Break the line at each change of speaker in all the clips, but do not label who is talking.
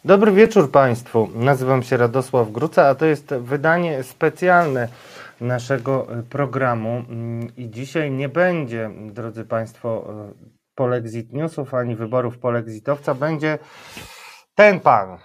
Dobry wieczór Państwu. Nazywam się Radosław Gruca, a to jest wydanie specjalne naszego programu. I dzisiaj nie będzie, drodzy Państwo, polexit newsów ani wyborów polexitowca. Będzie ten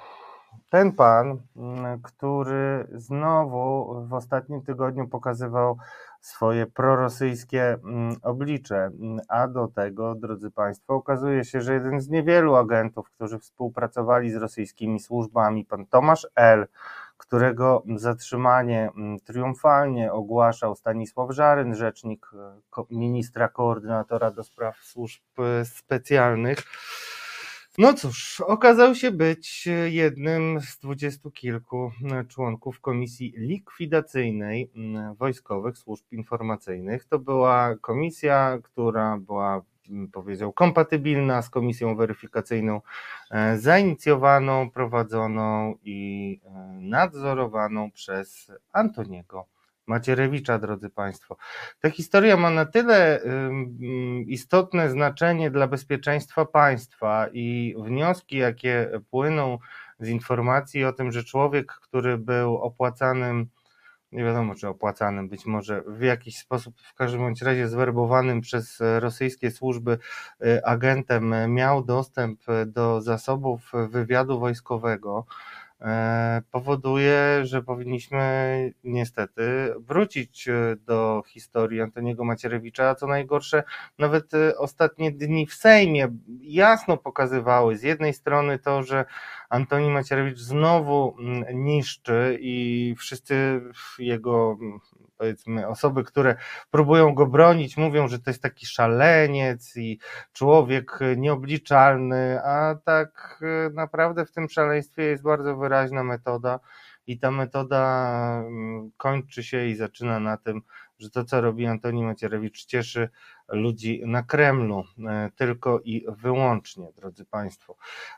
pan, który znowu w ostatnim tygodniu pokazywał swoje prorosyjskie oblicze, a do tego, drodzy Państwo, okazuje się, że jeden z niewielu agentów, którzy współpracowali z rosyjskimi służbami, pan Tomasz L., którego zatrzymanie triumfalnie ogłaszał Stanisław Żaryn, rzecznik ministra koordynatora do spraw służb specjalnych. No cóż, okazał się być jednym z 20 kilku członków Komisji Likwidacyjnej Wojskowych Służb Informacyjnych. To była komisja, która była, powiedział, kompatybilna z komisją weryfikacyjną zainicjowaną, prowadzoną i nadzorowaną przez Antoniego Macierewicza, drodzy Państwo. Ta historia ma na tyle istotne znaczenie dla bezpieczeństwa państwa i wnioski, jakie płyną z informacji o tym, że człowiek, który był opłacanym, nie wiadomo czy opłacanym, być może w jakiś sposób, w każdym bądź razie zwerbowanym przez rosyjskie służby agentem, miał dostęp do zasobów wywiadu wojskowego, powoduje, że powinniśmy niestety wrócić do historii Antoniego Macierewicza, a co najgorsze, nawet ostatnie dni w Sejmie jasno pokazywały z jednej strony to, że Antoni Macierewicz znowu niszczy i wszyscy jego, powiedzmy, osoby, które próbują go bronić, mówią, że to jest taki szaleniec i człowiek nieobliczalny, a tak naprawdę w tym szaleństwie jest bardzo wyraźna metoda i ta metoda kończy się i zaczyna na tym, że to, co robi Antoni Macierewicz, cieszy ludzi na Kremlu tylko i wyłącznie, drodzy Państwo.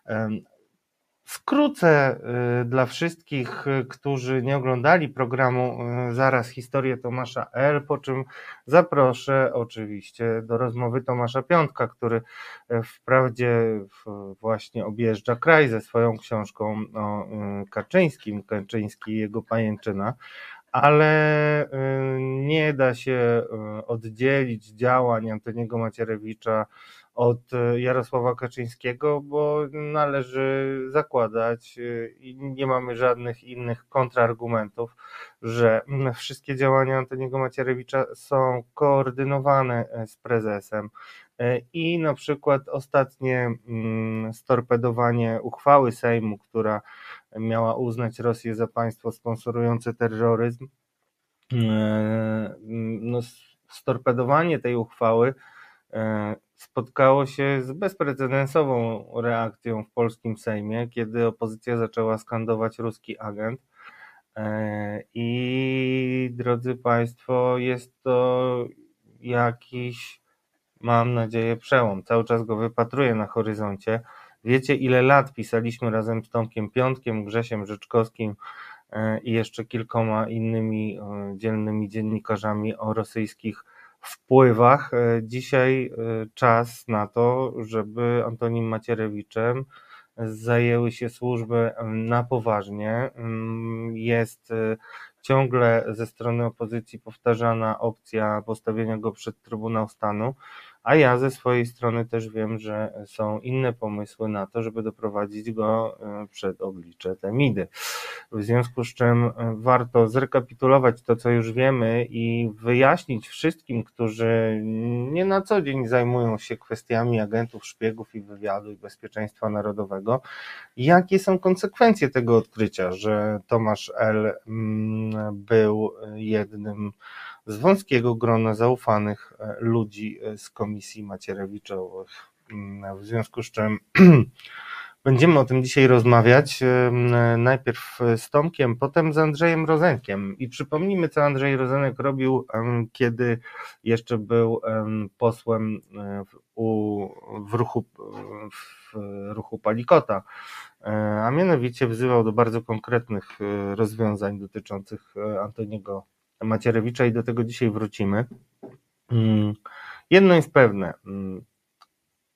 Skrócę dla wszystkich, którzy nie oglądali programu zaraz historię Tomasza L., po czym zaproszę oczywiście do rozmowy Tomasza Piątka, który wprawdzie właśnie objeżdża kraj ze swoją książką o Kaczyńskim, Kaczyński i jego pajęczyna, ale nie da się oddzielić działań Antoniego Macierewicza od Jarosława Kaczyńskiego, bo należy zakładać i nie mamy żadnych innych kontrargumentów, że wszystkie działania Antoniego Macierewicza są koordynowane z prezesem i na przykład ostatnie storpedowanie uchwały Sejmu, która miała uznać Rosję za państwo sponsorujące terroryzm, no, storpedowanie tej uchwały spotkało się z bezprecedensową reakcją w polskim Sejmie, kiedy opozycja zaczęła skandować ruski agent. I drodzy Państwo, jest to jakiś, mam nadzieję, przełom. Cały czas go wypatruję na horyzoncie. Wiecie, ile lat pisaliśmy razem z Tomkiem Piątkiem, Grzesiem Rzeczkowskim i jeszcze kilkoma innymi dzielnymi dziennikarzami o rosyjskich wpływach. Dzisiaj czas na to, żeby Antonim Macierewiczem zajęły się służby na poważnie. Jest ciągle ze strony opozycji powtarzana opcja postawienia go przed Trybunał Stanu, a ja ze swojej strony też wiem, że są inne pomysły na to, żeby doprowadzić go przed oblicze Temidy. W związku z czym warto zrekapitulować to, co już wiemy i wyjaśnić wszystkim, którzy nie na co dzień zajmują się kwestiami agentów, szpiegów i wywiadu i bezpieczeństwa narodowego, jakie są konsekwencje tego odkrycia, że Tomasz L. był jednym z wąskiego grona zaufanych ludzi z Komisji Macierewiczowych. W związku z czym będziemy o tym dzisiaj rozmawiać, najpierw z Tomkiem, potem z Andrzejem Rozenkiem. I przypomnijmy, co Andrzej Rozenek robił, kiedy jeszcze był posłem w ruchu Palikota, a mianowicie wzywał do bardzo konkretnych rozwiązań dotyczących Antoniego Macierewicza i do tego dzisiaj wrócimy. Jedno jest pewne.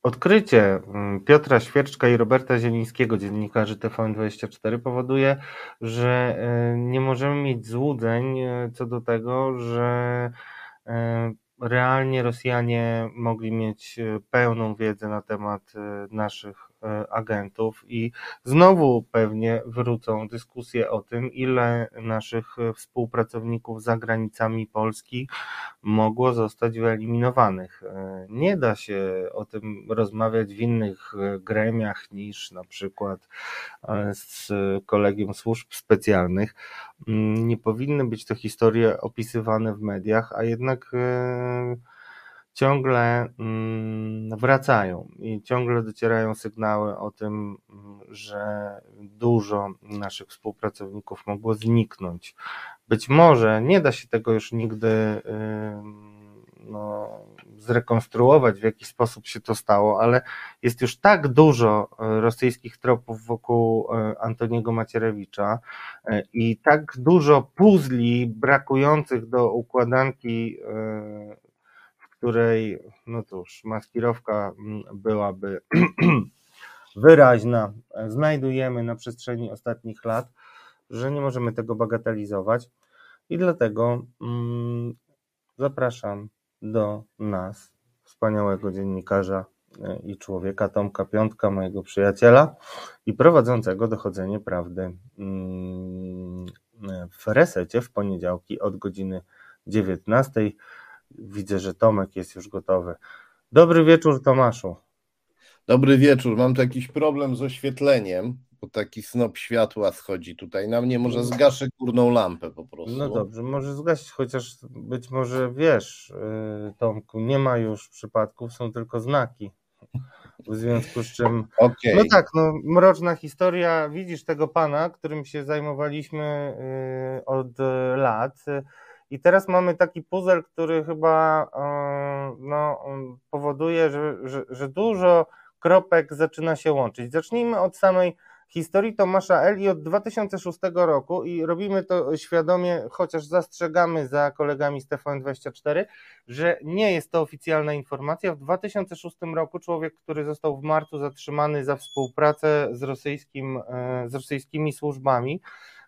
Odkrycie Piotra Świerczka i Roberta Zielińskiego, dziennikarzy TVN24, powoduje, że nie możemy mieć złudzeń co do tego, że realnie Rosjanie mogli mieć pełną wiedzę na temat naszych agentów i znowu pewnie wrócą dyskusje o tym, ile naszych współpracowników za granicami Polski mogło zostać wyeliminowanych. Nie da się o tym rozmawiać w innych gremiach niż na przykład z Kolegium Służb Specjalnych. Nie powinny być to historie opisywane w mediach, a jednak ciągle wracają i ciągle docierają sygnały o tym, że dużo naszych współpracowników mogło zniknąć. Być może nie da się tego już nigdy zrekonstruować, w jaki sposób się to stało, ale jest już tak dużo rosyjskich tropów wokół Antoniego Macierewicza i tak dużo puzli brakujących do układanki, w której, no cóż, maskirowka byłaby wyraźna, znajdujemy na przestrzeni ostatnich lat, że nie możemy tego bagatelizować i dlatego zapraszam do nas wspaniałego dziennikarza i człowieka Tomka Piątka, mojego przyjaciela i prowadzącego Dochodzenie Prawdy w Resecie w poniedziałki od godziny 19. Widzę, że Tomek jest już gotowy. Dobry wieczór, Tomaszu.
Dobry wieczór. Mam tu jakiś problem z oświetleniem, bo taki snop światła schodzi tutaj na mnie. Może zgaszę górną lampę po prostu.
No dobrze, może zgasić, chociaż być może wiesz, Tomku, nie ma już przypadków, są tylko znaki. W związku z czym,
Okay.
No tak, no mroczna historia, widzisz tego pana, którym się zajmowaliśmy od lat i teraz mamy taki puzzle, który chyba powoduje, że dużo kropek zaczyna się łączyć. Zacznijmy od samej historii Tomasza L. i od 2006 roku i robimy to świadomie, chociaż zastrzegamy za kolegami z TVN24, że nie jest to oficjalna informacja. W 2006 roku człowiek, który został w marcu zatrzymany za współpracę z rosyjskimi służbami,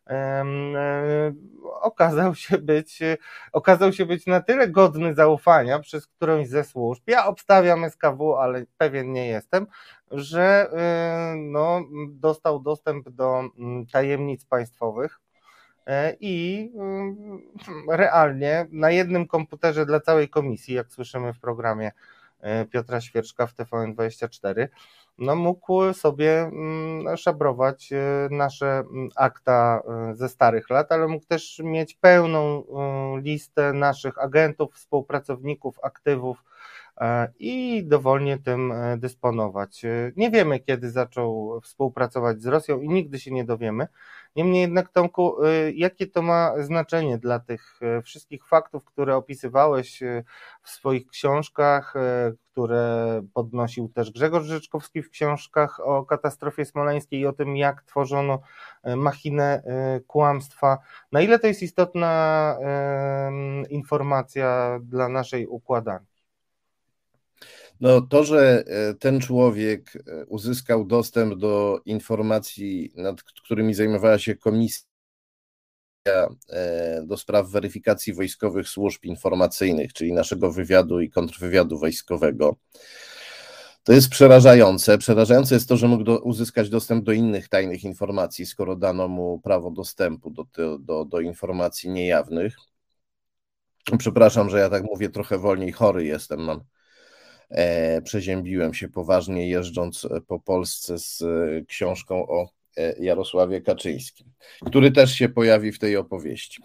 okazał się być na tyle godny zaufania przez którąś ze służb, ja obstawiam SKW, ale pewien nie jestem, że dostał dostęp do tajemnic państwowych i realnie na jednym komputerze dla całej komisji, jak słyszymy w programie Piotra Świerczka w TVN24, mógł sobie szabrować nasze akta ze starych lat, ale mógł też mieć pełną listę naszych agentów, współpracowników, aktywów i dowolnie tym dysponować. Nie wiemy, kiedy zaczął współpracować z Rosją i nigdy się nie dowiemy. Niemniej jednak, Tomku, jakie to ma znaczenie dla tych wszystkich faktów, które opisywałeś w swoich książkach, które podnosił też Grzegorz Rzeczkowski w książkach o katastrofie smoleńskiej i o tym, jak tworzono machinę kłamstwa. Na ile to jest istotna informacja dla naszej układanki?
No to, że ten człowiek uzyskał dostęp do informacji, nad którymi zajmowała się Komisja do spraw weryfikacji wojskowych służb informacyjnych, czyli naszego wywiadu i kontrwywiadu wojskowego, to jest przerażające. Przerażające jest to, że mógł uzyskać dostęp do innych tajnych informacji, skoro dano mu prawo dostępu do informacji niejawnych. Przepraszam, że ja tak mówię trochę wolniej, chory jestem, przeziębiłem się poważnie jeżdżąc po Polsce z książką o Jarosławie Kaczyńskim, który też się pojawi w tej opowieści.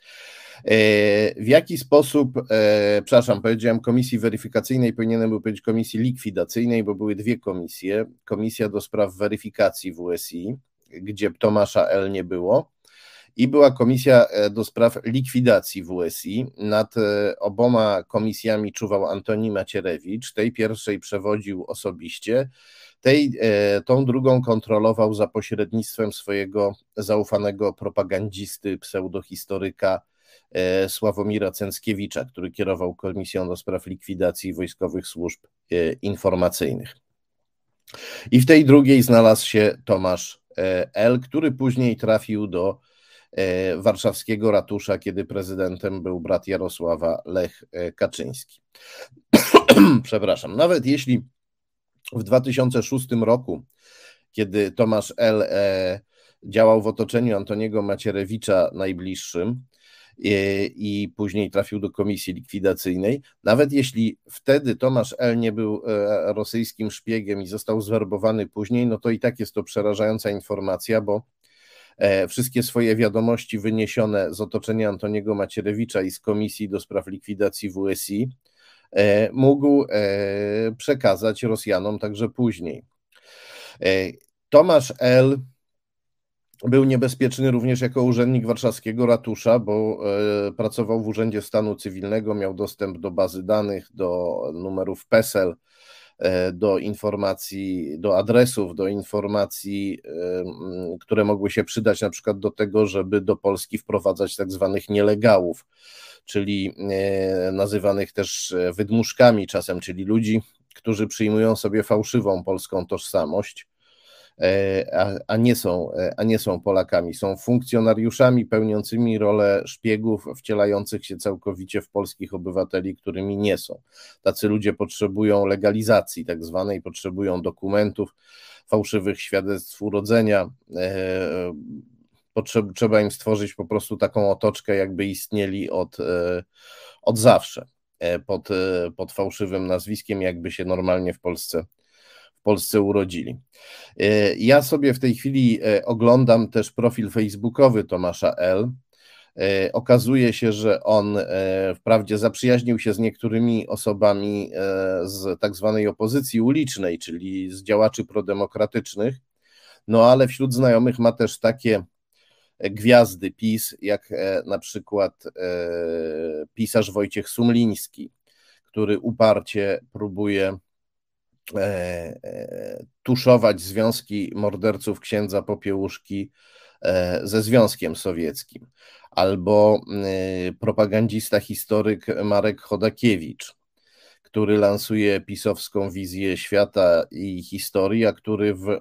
W jaki sposób, przepraszam, powiedziałem komisji weryfikacyjnej, powinienem był powiedzieć komisji likwidacyjnej, bo były dwie komisje. Komisja do spraw weryfikacji WSI, gdzie Tomasza L. nie było, i była komisja do spraw likwidacji WSI. Nad oboma komisjami czuwał Antoni Macierewicz. Tej pierwszej przewodził osobiście, tą drugą kontrolował za pośrednictwem swojego zaufanego propagandzisty, pseudohistoryka Sławomira Cęckiewicza, który kierował Komisją do Spraw Likwidacji Wojskowych Służb Informacyjnych. I w tej drugiej znalazł się Tomasz L., który później trafił do warszawskiego ratusza, kiedy prezydentem był brat Jarosława, Lech Kaczyński. Przepraszam. Nawet jeśli w 2006 roku, kiedy Tomasz L. działał w otoczeniu Antoniego Macierewicza najbliższym i później trafił do komisji likwidacyjnej, nawet jeśli wtedy Tomasz L. nie był rosyjskim szpiegiem i został zwerbowany później, no to i tak jest to przerażająca informacja, bo wszystkie swoje wiadomości wyniesione z otoczenia Antoniego Macierewicza i z Komisji do Spraw Likwidacji WSI mógł przekazać Rosjanom także później. Tomasz L. był niebezpieczny również jako urzędnik warszawskiego ratusza, bo pracował w Urzędzie Stanu Cywilnego, miał dostęp do bazy danych, do numerów PESEL, do informacji, do adresów, do informacji, które mogły się przydać na przykład do tego, żeby do Polski wprowadzać tak zwanych nielegalów, czyli nazywanych też wydmuszkami czasem, czyli ludzi, którzy przyjmują sobie fałszywą polską tożsamość, a nie są Polakami, są funkcjonariuszami pełniącymi rolę szpiegów, wcielających się całkowicie w polskich obywateli, którymi nie są. Tacy ludzie potrzebują legalizacji tak zwanej, potrzebują dokumentów, fałszywych świadectw urodzenia, trzeba im stworzyć po prostu taką otoczkę, jakby istnieli od zawsze, pod fałszywym nazwiskiem, jakby się normalnie w Polsce urodzili. Ja sobie w tej chwili oglądam też profil facebookowy Tomasza L. Okazuje się, że on wprawdzie zaprzyjaźnił się z niektórymi osobami z tak zwanej opozycji ulicznej, czyli z działaczy prodemokratycznych, no ale wśród znajomych ma też takie gwiazdy PiS, jak na przykład pisarz Wojciech Sumliński, który uparcie próbuje tuszować związki morderców księdza Popiełuszki ze Związkiem Sowieckim, albo propagandzista, historyk Marek Chodakiewicz, który lansuje pisowską wizję świata i historii, a który w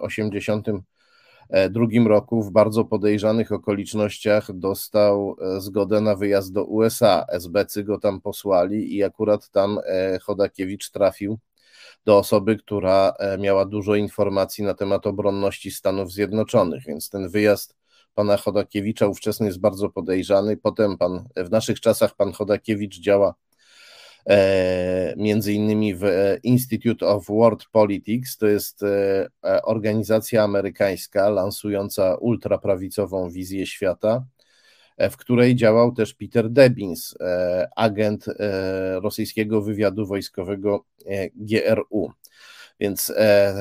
1982 roku w bardzo podejrzanych okolicznościach dostał zgodę na wyjazd do USA. SB-cy go tam posłali i akurat tam Chodakiewicz trafił do osoby, która miała dużo informacji na temat obronności Stanów Zjednoczonych, więc ten wyjazd pana Chodakiewicza ówczesny jest bardzo podejrzany. Potem w naszych czasach pan Chodakiewicz działa między innymi w Institute of World Politics, to jest organizacja amerykańska lansująca ultraprawicową wizję świata, w której działał też Peter Debins, agent rosyjskiego wywiadu wojskowego GRU. Więc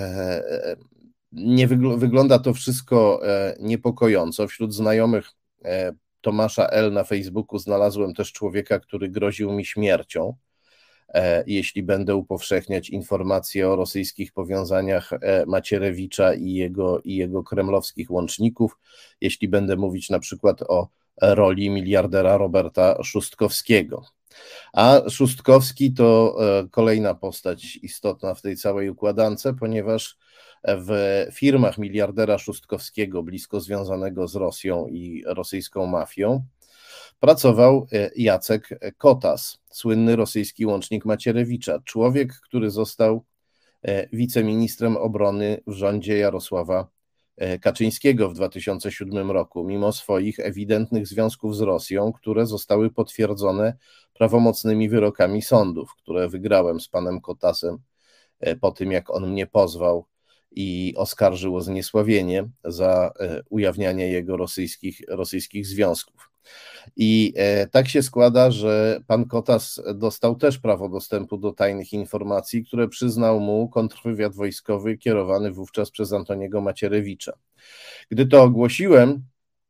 nie wygląda to wszystko niepokojąco. Wśród znajomych Tomasza L. na Facebooku znalazłem też człowieka, który groził mi śmiercią, jeśli będę upowszechniać informacje o rosyjskich powiązaniach Macierewicza i jego kremlowskich łączników, jeśli będę mówić na przykład o roli miliardera Roberta Szustkowskiego. A Szustkowski to kolejna postać istotna w tej całej układance, ponieważ w firmach miliardera Szustkowskiego, blisko związanego z Rosją i rosyjską mafią, pracował Jacek Kotas, słynny rosyjski łącznik Macierewicza, człowiek, który został wiceministrem obrony w rządzie Jarosława Kaczyńskiego w 2007 roku, mimo swoich ewidentnych związków z Rosją, które zostały potwierdzone prawomocnymi wyrokami sądów, które wygrałem z panem Kotasem po tym, jak on mnie pozwał i oskarżył o zniesławienie za ujawnianie jego rosyjskich związków. I tak się składa, że pan Kotas dostał też prawo dostępu do tajnych informacji, które przyznał mu kontrwywiad wojskowy kierowany wówczas przez Antoniego Macierewicza. Gdy to ogłosiłem,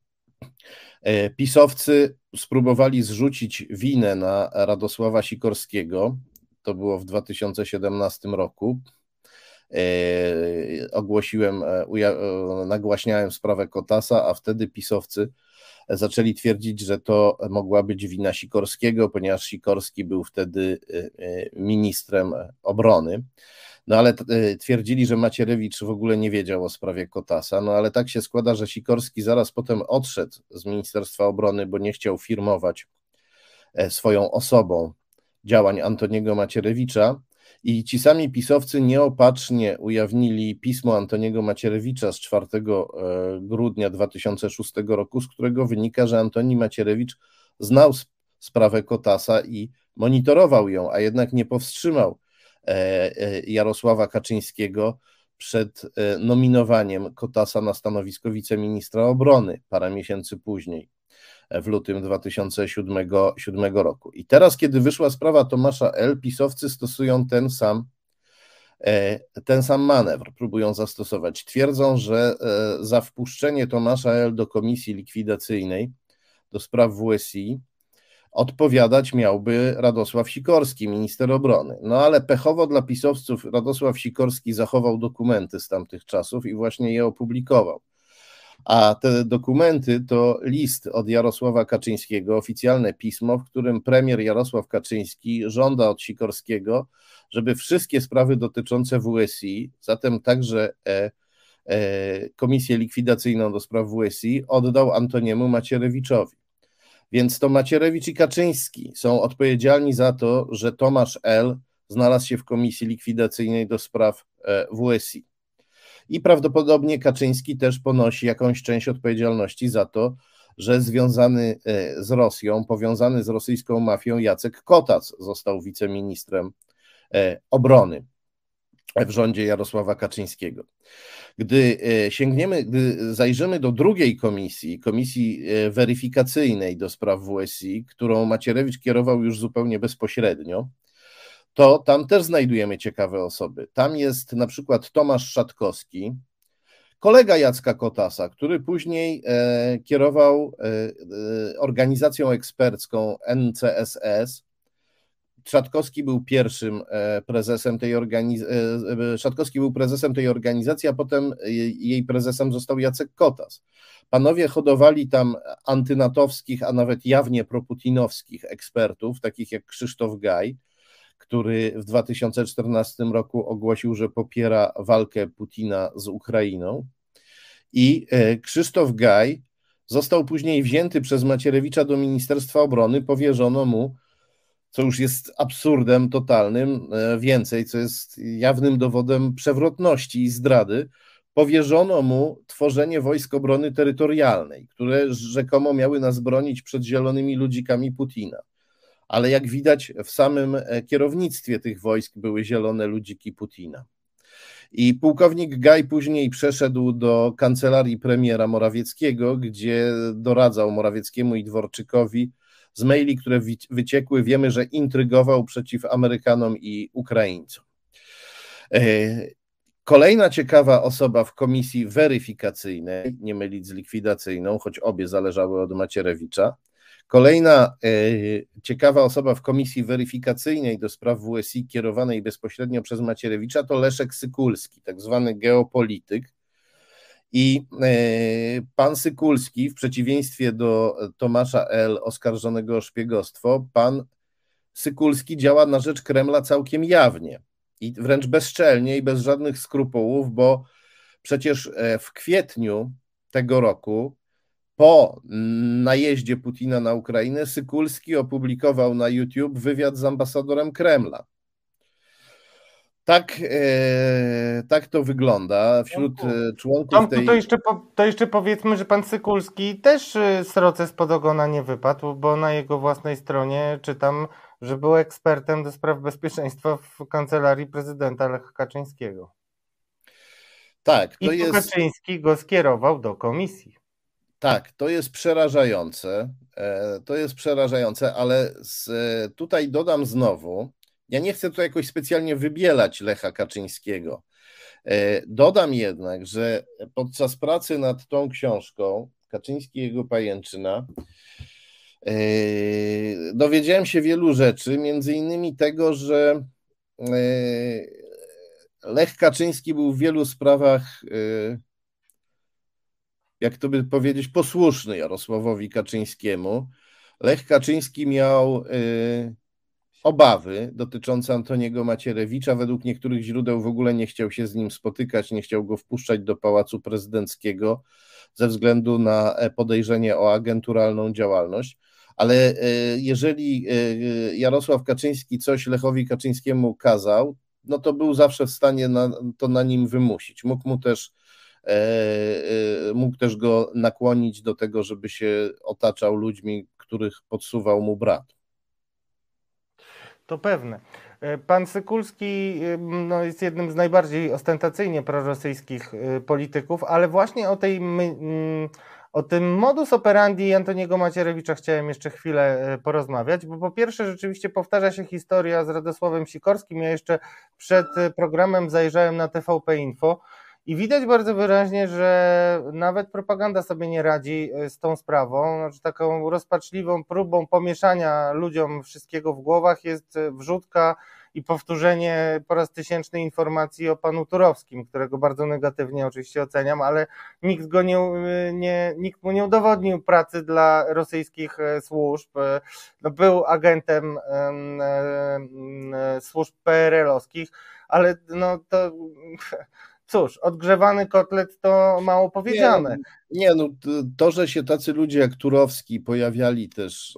pisowcy spróbowali zrzucić winę na Radosława Sikorskiego, to było w 2017 roku, nagłaśniałem sprawę Kotasa, a wtedy pisowcy zaczęli twierdzić, że to mogła być wina Sikorskiego, ponieważ Sikorski był wtedy ministrem obrony. No ale twierdzili, że Macierewicz w ogóle nie wiedział o sprawie Kotasa, no ale tak się składa, że Sikorski zaraz potem odszedł z Ministerstwa Obrony, bo nie chciał firmować swoją osobą działań Antoniego Macierewicza i ci sami pisowcy nieopatrznie ujawnili pismo Antoniego Macierewicza z 4 grudnia 2006 roku, z którego wynika, że Antoni Macierewicz znał sprawę Kotasa i monitorował ją, a jednak nie powstrzymał Jarosława Kaczyńskiego przed nominowaniem Kotasa na stanowisko wiceministra obrony parę miesięcy później, w lutym 2007 roku. I teraz, kiedy wyszła sprawa Tomasza L., pisowcy stosują ten sam manewr, próbują zastosować. Twierdzą, że za wpuszczenie Tomasza L. do komisji likwidacyjnej do spraw WSI odpowiadać miałby Radosław Sikorski, minister obrony. No ale pechowo dla pisowców Radosław Sikorski zachował dokumenty z tamtych czasów i właśnie je opublikował. A te dokumenty to list od Jarosława Kaczyńskiego, oficjalne pismo, w którym premier Jarosław Kaczyński żąda od Sikorskiego, żeby wszystkie sprawy dotyczące WSI, zatem także Komisję Likwidacyjną do spraw WSI, oddał Antoniemu Macierewiczowi. Więc to Macierewicz i Kaczyński są odpowiedzialni za to, że Tomasz L. znalazł się w Komisji Likwidacyjnej do spraw WSI. I prawdopodobnie Kaczyński też ponosi jakąś część odpowiedzialności za to, że związany z Rosją, powiązany z rosyjską mafią Jacek Kotas został wiceministrem obrony w rządzie Jarosława Kaczyńskiego. Gdy zajrzymy do drugiej komisji weryfikacyjnej do spraw WSI, którą Macierewicz kierował już zupełnie bezpośrednio, to tam też znajdujemy ciekawe osoby. Tam jest na przykład Tomasz Szatkowski, kolega Jacka Kotasa, który później kierował organizacją ekspercką NCSS. Szatkowski był pierwszym prezesem Szatkowski był prezesem tej organizacji, a potem jej prezesem został Jacek Kotas. Panowie hodowali tam antynatowskich, a nawet jawnie proputinowskich ekspertów, takich jak Krzysztof Gaj, który w 2014 roku ogłosił, że popiera walkę Putina z Ukrainą. I Krzysztof Gaj został później wzięty przez Macierewicza do Ministerstwa Obrony, powierzono mu, co już jest absurdem totalnym, więcej, co jest jawnym dowodem przewrotności i zdrady, powierzono mu tworzenie Wojsk Obrony Terytorialnej, które rzekomo miały nas bronić przed zielonymi ludzikami Putina. Ale jak widać, w samym kierownictwie tych wojsk były zielone ludziki Putina. I pułkownik Gaj później przeszedł do kancelarii premiera Morawieckiego, gdzie doradzał Morawieckiemu i Dworczykowi. Z maili, które wyciekły, wiemy, że intrygował przeciw Amerykanom i Ukraińcom. Kolejna ciekawa osoba w komisji weryfikacyjnej, nie mylić z likwidacyjną, choć obie zależały od Macierewicza. Kolejna ciekawa osoba w komisji weryfikacyjnej do spraw WSI kierowanej bezpośrednio przez Macierewicza to Leszek Sykulski, tak zwany geopolityk. I pan Sykulski, w przeciwieństwie do Tomasza L. oskarżonego o szpiegostwo, pan Sykulski działa na rzecz Kremla całkiem jawnie i wręcz bezczelnie i bez żadnych skrupułów, bo przecież w kwietniu tego roku, po najeździe Putina na Ukrainę, Sykulski opublikował na YouTube wywiad z ambasadorem Kremla. Tak to wygląda wśród członków
Tomku,
tej...
to jeszcze powiedzmy, że pan Sykulski też sroce spod ogona nie wypadł, bo na jego własnej stronie czytam, że był ekspertem do spraw bezpieczeństwa w kancelarii prezydenta Lecha Kaczyńskiego.
Tak,
to jest... Kaczyński go skierował do komisji.
Tak, to jest przerażające. Ale tutaj dodam znowu, ja nie chcę tutaj jakoś specjalnie wybielać Lecha Kaczyńskiego. Dodam jednak, że podczas pracy nad tą książką Kaczyński i jego pajęczyna dowiedziałem się wielu rzeczy, między innymi tego, że Lech Kaczyński był w wielu sprawach, jak to by powiedzieć, posłuszny Jarosławowi Kaczyńskiemu. Lech Kaczyński miał obawy dotyczące Antoniego Macierewicza. Według niektórych źródeł w ogóle nie chciał się z nim spotykać, nie chciał go wpuszczać do Pałacu Prezydenckiego ze względu na podejrzenie o agenturalną działalność. Ale jeżeli Jarosław Kaczyński coś Lechowi Kaczyńskiemu kazał, no to był zawsze w stanie to na nim wymusić. Mógł też go nakłonić do tego, żeby się otaczał ludźmi, których podsuwał mu brat.
To pewne. Pan Sykulski no, jest jednym z najbardziej ostentacyjnie prorosyjskich polityków, ale właśnie o tym modus operandi Antoniego Macierewicza chciałem jeszcze chwilę porozmawiać, bo po pierwsze rzeczywiście powtarza się historia z Radosławem Sikorskim. Ja jeszcze przed programem zajrzałem na TVP Info i widać bardzo wyraźnie, że nawet propaganda sobie nie radzi z tą sprawą. Znaczy, taką rozpaczliwą próbą pomieszania ludziom wszystkiego w głowach jest wrzutka i powtórzenie po raz tysięczny informacji o panu Turowskim, którego bardzo negatywnie oczywiście oceniam, ale nikt mu nie udowodnił pracy dla rosyjskich służb. No, był agentem służb PRL-owskich, ale no to... Cóż, odgrzewany kotlet to mało powiedziane.
No to, że się tacy ludzie jak Turowski pojawiali też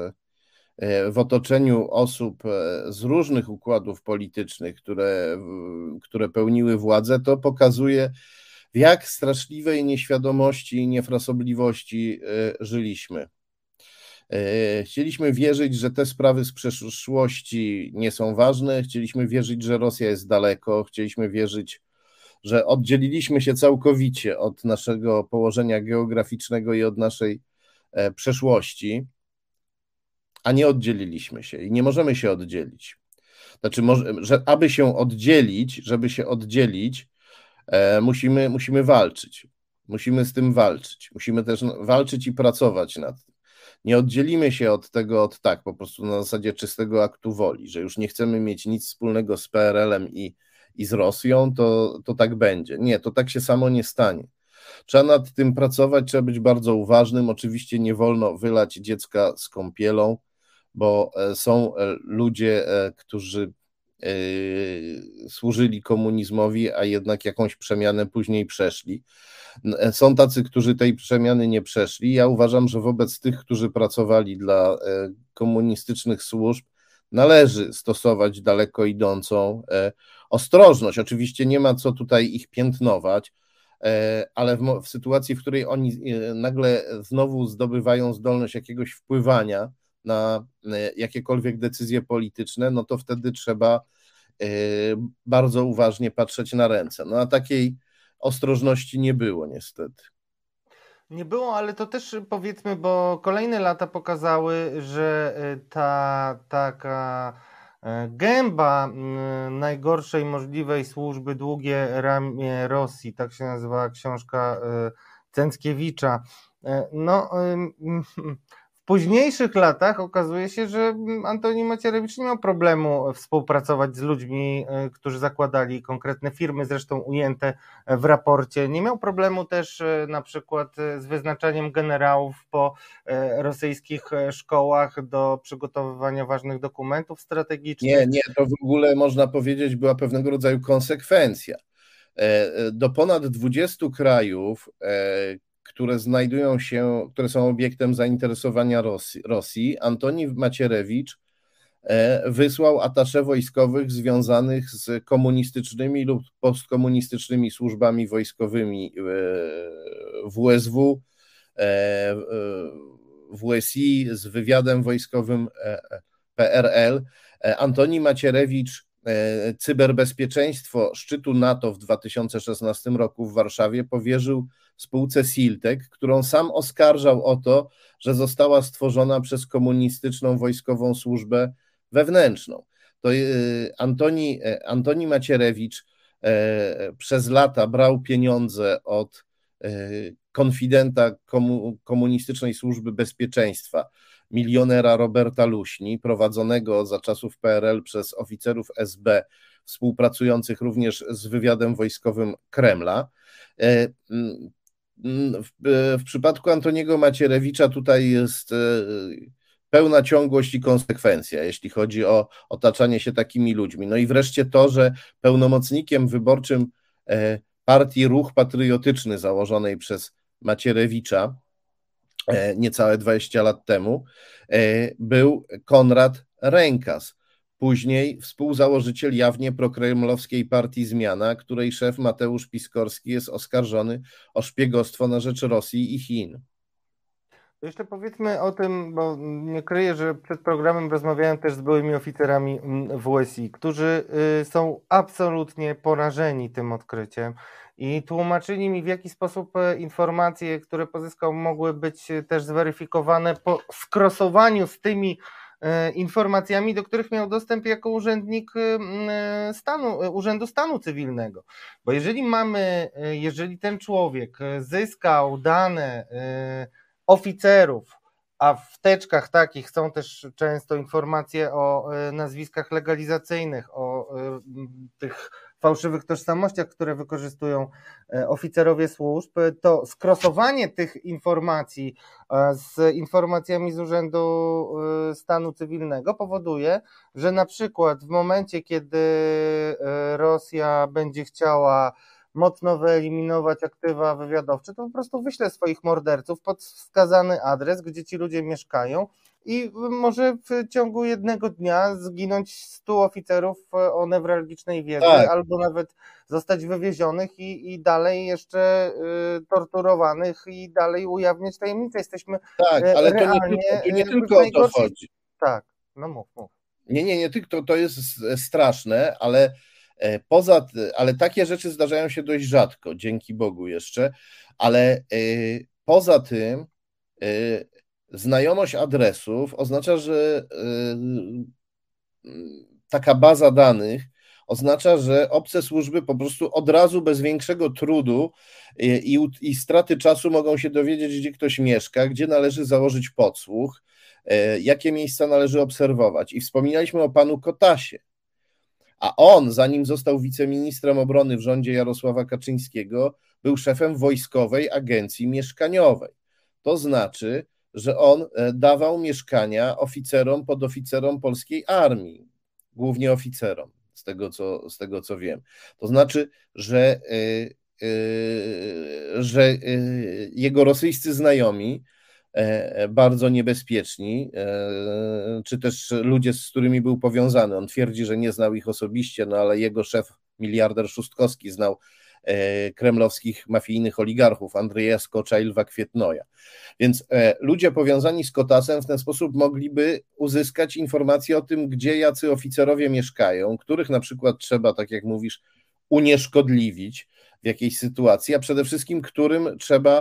w otoczeniu osób z różnych układów politycznych, które pełniły władzę, to pokazuje, w jak straszliwej nieświadomości i niefrasobliwości żyliśmy. Chcieliśmy wierzyć, że te sprawy z przeszłości nie są ważne, chcieliśmy wierzyć, że Rosja jest daleko, chcieliśmy wierzyć, że oddzieliliśmy się całkowicie od naszego położenia geograficznego i od naszej przeszłości, a nie oddzieliliśmy się i nie możemy się oddzielić. Znaczy, aby się oddzielić, żeby się oddzielić, musimy walczyć. Musimy z tym walczyć. Musimy też walczyć i pracować nad tym. Nie oddzielimy się od tego po prostu na zasadzie czystego aktu woli, że już nie chcemy mieć nic wspólnego z PRL-em i z Rosją, to tak będzie. Nie, to tak się samo nie stanie. Trzeba nad tym pracować, trzeba być bardzo uważnym. Oczywiście nie wolno wylać dziecka z kąpielą, bo są ludzie, którzy służyli komunizmowi, a jednak jakąś przemianę później przeszli. Są tacy, którzy tej przemiany nie przeszli. Ja uważam, że wobec tych, którzy pracowali dla komunistycznych służb, należy stosować daleko idącą ostrożność. Oczywiście nie ma co tutaj ich piętnować, ale w sytuacji, w której oni nagle znowu zdobywają zdolność jakiegoś wpływania na jakiekolwiek decyzje polityczne, no to wtedy trzeba bardzo uważnie patrzeć na ręce. No a takiej ostrożności nie było niestety.
Nie było, ale to też powiedzmy, bo kolejne lata pokazały, że ta taka gęba najgorszej możliwej służby, długie ramię Rosji, tak się nazywa książka Cęckiewicza. No, w późniejszych latach okazuje się, że Antoni Macierewicz nie miał problemu współpracować z ludźmi, którzy zakładali konkretne firmy, zresztą ujęte w raporcie. Nie miał problemu też na przykład z wyznaczaniem generałów po rosyjskich szkołach do przygotowywania ważnych dokumentów strategicznych.
Nie, to w ogóle można powiedzieć była pewnego rodzaju konsekwencja. Do ponad 20 krajów, które są obiektem zainteresowania Rosji, Antoni Macierewicz wysłał atasze wojskowych związanych z komunistycznymi lub postkomunistycznymi służbami wojskowymi WSW, WSI, z wywiadem wojskowym PRL. Antoni Macierewicz cyberbezpieczeństwo szczytu NATO w 2016 roku w Warszawie powierzył spółce Siltek, którą sam oskarżał o to, że została stworzona przez komunistyczną wojskową służbę wewnętrzną. To Antoni Macierewicz przez lata brał pieniądze od konfidenta komunistycznej służby bezpieczeństwa, milionera Roberta Luśni, prowadzonego za czasów PRL przez oficerów SB współpracujących również z wywiadem wojskowym Kremla. W przypadku Antoniego Macierewicza tutaj jest pełna ciągłość i konsekwencja, jeśli chodzi o otaczanie się takimi ludźmi. No i wreszcie to, że pełnomocnikiem wyborczym partii Ruch Patriotyczny założonej przez Macierewicza niecałe 20 lat temu był Konrad Rękas, później współzałożyciel jawnie prokremlowskiej partii Zmiana, której szef Mateusz Piskorski jest oskarżony o szpiegostwo na rzecz Rosji i Chin.
Jeszcze powiedzmy o tym, bo nie kryję, że przed programem rozmawiałem też z byłymi oficerami WSI, którzy są absolutnie porażeni tym odkryciem i tłumaczyli mi, w jaki sposób informacje, które pozyskał, mogły być też zweryfikowane po skrosowaniu z tymi informacjami, do których miał dostęp jako urzędnik Urzędu Stanu Cywilnego. Bo jeżeli ten człowiek zyskał dane oficerów, a w teczkach takich są też często informacje o nazwiskach legalizacyjnych, o tych fałszywych tożsamościach, które wykorzystują oficerowie służb, to skrosowanie tych informacji z informacjami z Urzędu Stanu Cywilnego powoduje, że na przykład w momencie, kiedy Rosja będzie chciała mocno wyeliminować aktywa wywiadowcze, to po prostu wyśle swoich morderców pod wskazany adres, gdzie ci ludzie mieszkają i może w ciągu jednego dnia zginąć 100 oficerów o newralgicznej wiedzy,
Tak.
albo nawet zostać wywiezionych i dalej jeszcze torturowanych i dalej ujawniać tajemnice. Jesteśmy
Tak, ale to nie tylko o to chodzi.
Tak, no mów.
Nie tylko to jest straszne, ale takie rzeczy zdarzają się dość rzadko, dzięki Bogu jeszcze, ale poza tym znajomość adresów oznacza, że taka baza danych oznacza, że obce służby po prostu od razu bez większego trudu i straty czasu mogą się dowiedzieć, gdzie ktoś mieszka, gdzie należy założyć podsłuch, jakie miejsca należy obserwować. I wspominaliśmy o panu Kotasie. A on, zanim został wiceministrem obrony w rządzie Jarosława Kaczyńskiego, był szefem Wojskowej Agencji Mieszkaniowej. To znaczy, że on dawał mieszkania oficerom, podoficerom polskiej armii, głównie oficerom, z tego co wiem. To znaczy, że jego rosyjscy znajomi, bardzo niebezpieczni, czy też ludzie, z którymi był powiązany. On twierdzi, że nie znał ich osobiście, no ale jego szef, miliarder Szóstkowski, znał kremlowskich mafijnych oligarchów, Andrzeja Skocza i Lwa Kwietnoja. Więc ludzie powiązani z Kotasem w ten sposób mogliby uzyskać informacje o tym, gdzie jacy oficerowie mieszkają, których na przykład trzeba, tak jak mówisz, unieszkodliwić w jakiejś sytuacji, a przede wszystkim którym trzeba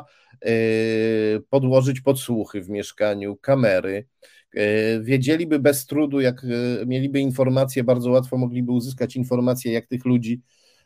podłożyć podsłuchy w mieszkaniu, kamery. Wiedzieliby bez trudu, jak mieliby informacje, bardzo łatwo mogliby uzyskać informacje, jak tych ludzi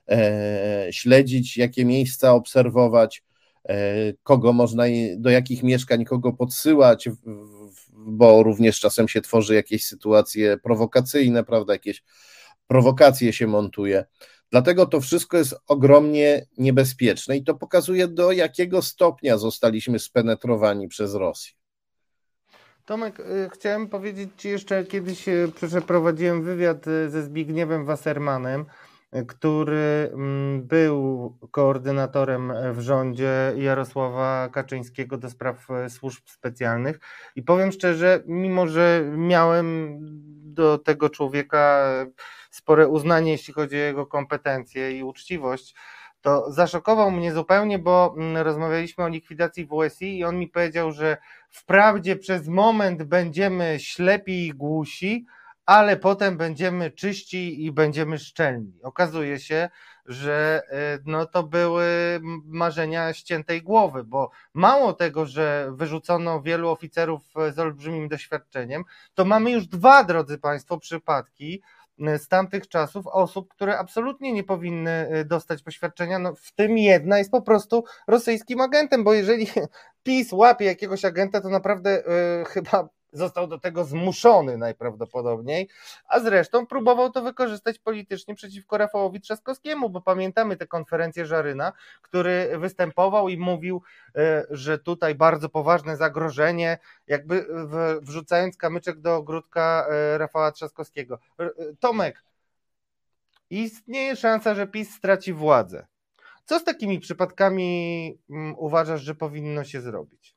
śledzić, jakie miejsca obserwować, kogo można, do jakich mieszkań kogo podsyłać, bo również czasem się tworzy jakieś sytuacje prowokacyjne, prawda, jakieś prowokacje się montuje. Dlatego to wszystko jest ogromnie niebezpieczne i to pokazuje, do jakiego stopnia zostaliśmy spenetrowani przez Rosję.
Tomek, chciałem powiedzieć Ci jeszcze, kiedyś przeprowadziłem wywiad ze Zbigniewem Wassermanem, który był koordynatorem w rządzie Jarosława Kaczyńskiego do spraw służb specjalnych i powiem szczerze, mimo że miałem do tego człowieka spore uznanie, jeśli chodzi o jego kompetencje i uczciwość, to zaszokował mnie zupełnie, bo rozmawialiśmy o likwidacji WSI i on mi powiedział, że wprawdzie przez moment będziemy ślepi i głusi, ale potem będziemy czyści i będziemy szczelni. Okazuje się, że no to były marzenia ściętej głowy, bo mało tego, że wyrzucono wielu oficerów z olbrzymim doświadczeniem, to mamy już dwa, drodzy Państwo, przypadki z tamtych czasów osób, które absolutnie nie powinny dostać poświadczenia, no w tym jedna jest po prostu rosyjskim agentem, bo jeżeli PiS łapie jakiegoś agenta, to naprawdę chyba został do tego zmuszony najprawdopodobniej, a zresztą próbował to wykorzystać politycznie przeciwko Rafałowi Trzaskowskiemu, bo pamiętamy tę konferencję Żaryna, który występował i mówił, że tutaj bardzo poważne zagrożenie, jakby wrzucając kamyczek do ogródka Rafała Trzaskowskiego. Tomek, istnieje szansa, że PiS straci władzę. Co z takimi przypadkami uważasz, że powinno się zrobić?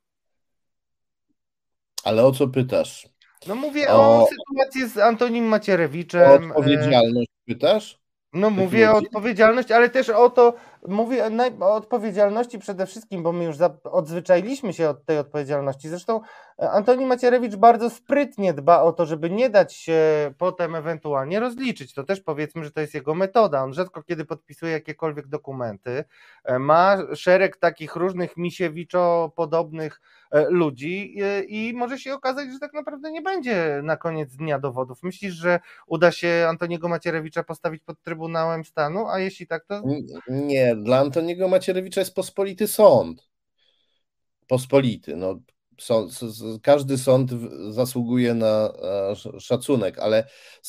Ale o co pytasz?
No mówię o sytuacji z Antonim Macierewiczem.
O odpowiedzialność pytasz?
No
Tych
mówię o
ludzi?
odpowiedzialność, ale też o to, mówię o odpowiedzialności przede wszystkim, bo my już odzwyczailiśmy się od tej odpowiedzialności. Zresztą Antoni Macierewicz bardzo sprytnie dba o to, żeby nie dać się potem ewentualnie rozliczyć. To też powiedzmy, że to jest jego metoda. On rzadko kiedy podpisuje jakiekolwiek dokumenty. Ma szereg takich różnych Misiewiczo-podobnych ludzi i może się okazać, że tak naprawdę nie będzie na koniec dnia dowodów. Myślisz, że uda się Antoniego Macierewicza postawić pod Trybunałem Stanu, a jeśli tak, to...
Nie, dla Antoniego Macierewicza jest pospolity sąd. Pospolity. No, każdy sąd zasługuje na szacunek, ale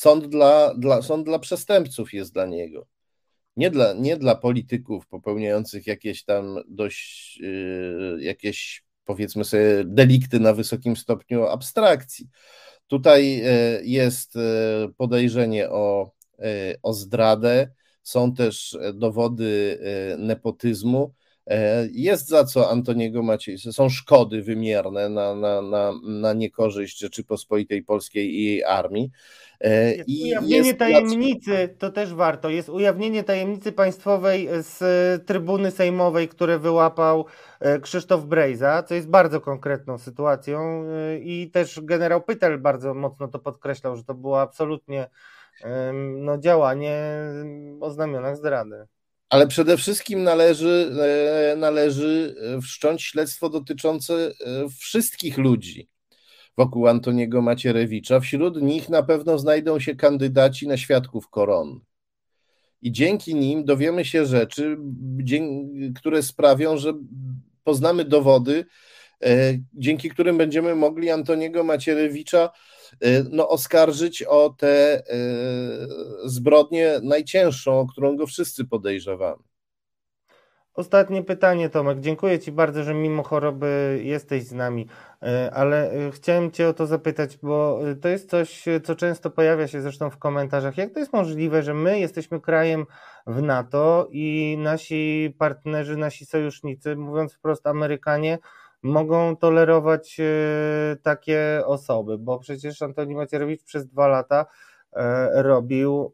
sąd dla przestępców jest dla niego. Nie dla polityków popełniających jakieś tam dość, jakieś powiedzmy sobie delikty na wysokim stopniu abstrakcji. Tutaj jest podejrzenie o zdradę, są też dowody nepotyzmu. Jest za co Antoniego Macierewicza, są szkody wymierne na niekorzyść Rzeczypospolitej Polskiej i jej armii.
Ujawnienie tajemnicy, to też warto, jest ujawnienie tajemnicy państwowej z trybuny sejmowej, które wyłapał Krzysztof Brejza, co jest bardzo konkretną sytuacją i też generał Pytel bardzo mocno to podkreślał, że to było absolutnie działanie o znamionach zdrady.
Ale przede wszystkim należy wszcząć śledztwo dotyczące wszystkich ludzi wokół Antoniego Macierewicza. Wśród nich na pewno znajdą się kandydaci na świadków koronnych. I dzięki nim dowiemy się rzeczy, które sprawią, że poznamy dowody, dzięki którym będziemy mogli Antoniego Macierewicza oskarżyć o tę zbrodnię najcięższą, o którą go wszyscy podejrzewamy.
Ostatnie pytanie, Tomek. Dziękuję Ci bardzo, że mimo choroby jesteś z nami, ale chciałem Cię o to zapytać, bo to jest coś, co często pojawia się zresztą w komentarzach. Jak to jest możliwe, że my jesteśmy krajem w NATO i nasi partnerzy, nasi sojusznicy, mówiąc wprost Amerykanie, mogą tolerować takie osoby, bo przecież Antoni Macierewicz przez 2 lata robił,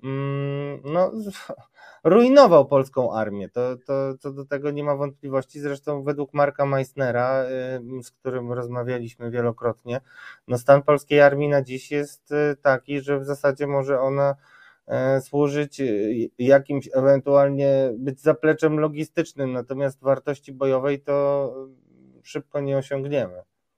rujnował polską armię, to co do tego nie ma wątpliwości, zresztą według Marka Meissnera, z którym rozmawialiśmy wielokrotnie, stan polskiej armii na dziś jest taki, że w zasadzie może ona służyć jakimś, ewentualnie być zapleczem logistycznym, natomiast wartości bojowej to szybko nie osiągniemy.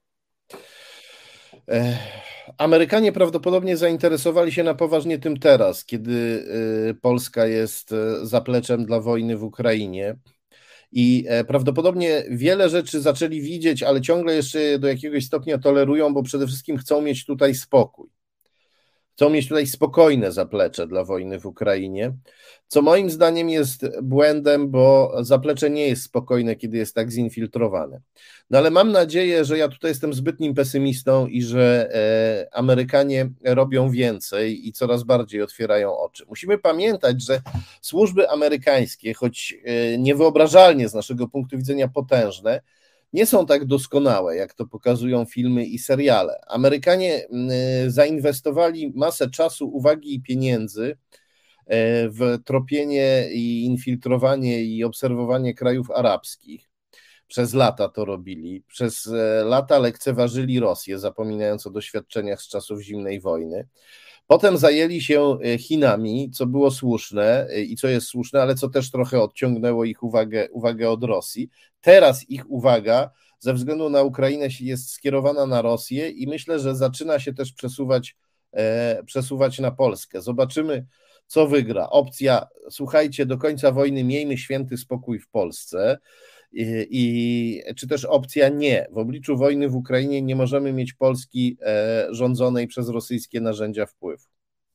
Amerykanie prawdopodobnie zainteresowali się na poważnie tym teraz, kiedy Polska jest zapleczem dla wojny w Ukrainie i prawdopodobnie wiele rzeczy zaczęli widzieć, ale ciągle jeszcze do jakiegoś stopnia tolerują, bo przede wszystkim chcą mieć tutaj spokój. Chcą mieć tutaj spokojne zaplecze dla wojny w Ukrainie, co moim zdaniem jest błędem, bo zaplecze nie jest spokojne, kiedy jest tak zinfiltrowane. No ale mam nadzieję, że ja tutaj jestem zbytnim pesymistą i że Amerykanie robią więcej i coraz bardziej otwierają oczy. Musimy pamiętać, że służby amerykańskie, choć niewyobrażalnie z naszego punktu widzenia potężne, nie są tak doskonałe, jak to pokazują filmy i seriale. Amerykanie zainwestowali masę czasu, uwagi i pieniędzy w tropienie i infiltrowanie i obserwowanie krajów arabskich. Przez lata to robili. Przez lata lekceważyli Rosję, zapominając o doświadczeniach z czasów zimnej wojny. Potem zajęli się Chinami, co było słuszne i co jest słuszne, ale co też trochę odciągnęło ich uwagę od Rosji. Teraz ich uwaga ze względu na Ukrainę jest skierowana na Rosję i myślę, że zaczyna się też przesuwać na Polskę. Zobaczymy, co wygra. Opcja, słuchajcie, do końca wojny miejmy święty spokój w Polsce czy też opcja nie. W obliczu wojny w Ukrainie nie możemy mieć Polski rządzonej przez rosyjskie narzędzia wpływu.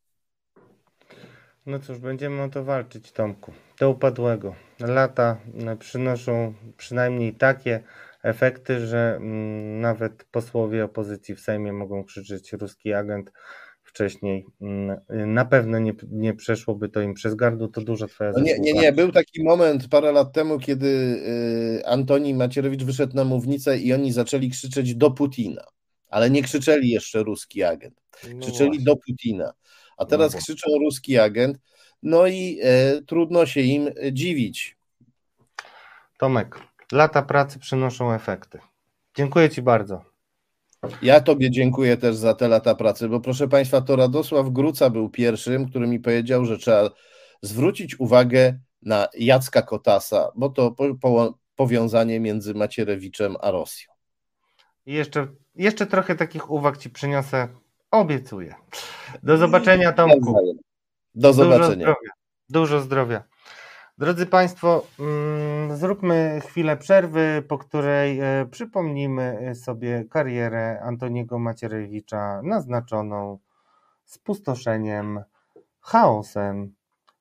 No cóż, będziemy o to walczyć, Tomku. Do upadłego. Lata przynoszą przynajmniej takie efekty, że nawet posłowie opozycji w Sejmie mogą krzyczeć ruski agent. Wcześniej na pewno nie przeszłoby to im przez gardło, to duża twoja
No
zasługa.
nie. Był taki moment parę lat temu, kiedy Antoni Macierewicz wyszedł na mównicę i oni zaczęli krzyczeć do Putina, ale nie krzyczeli jeszcze ruski agent. Krzyczeli do Putina, a teraz krzyczą ruski agent, no i trudno się im dziwić.
Tomek, lata pracy przynoszą efekty. Dziękuję Ci bardzo.
Ja Tobie dziękuję też za te lata pracy, bo proszę Państwa, to Radosław Gruca był pierwszym, który mi powiedział, że trzeba zwrócić uwagę na Jacka Kotasa, bo to powiązanie między Macierewiczem a Rosją.
I jeszcze trochę takich uwag Ci przyniosę, obiecuję. Do zobaczenia, Tomku.
Do zobaczenia.
Dużo zdrowia. Drodzy Państwo, zróbmy chwilę przerwy, po której przypomnimy sobie karierę Antoniego Macierewicza naznaczoną spustoszeniem, chaosem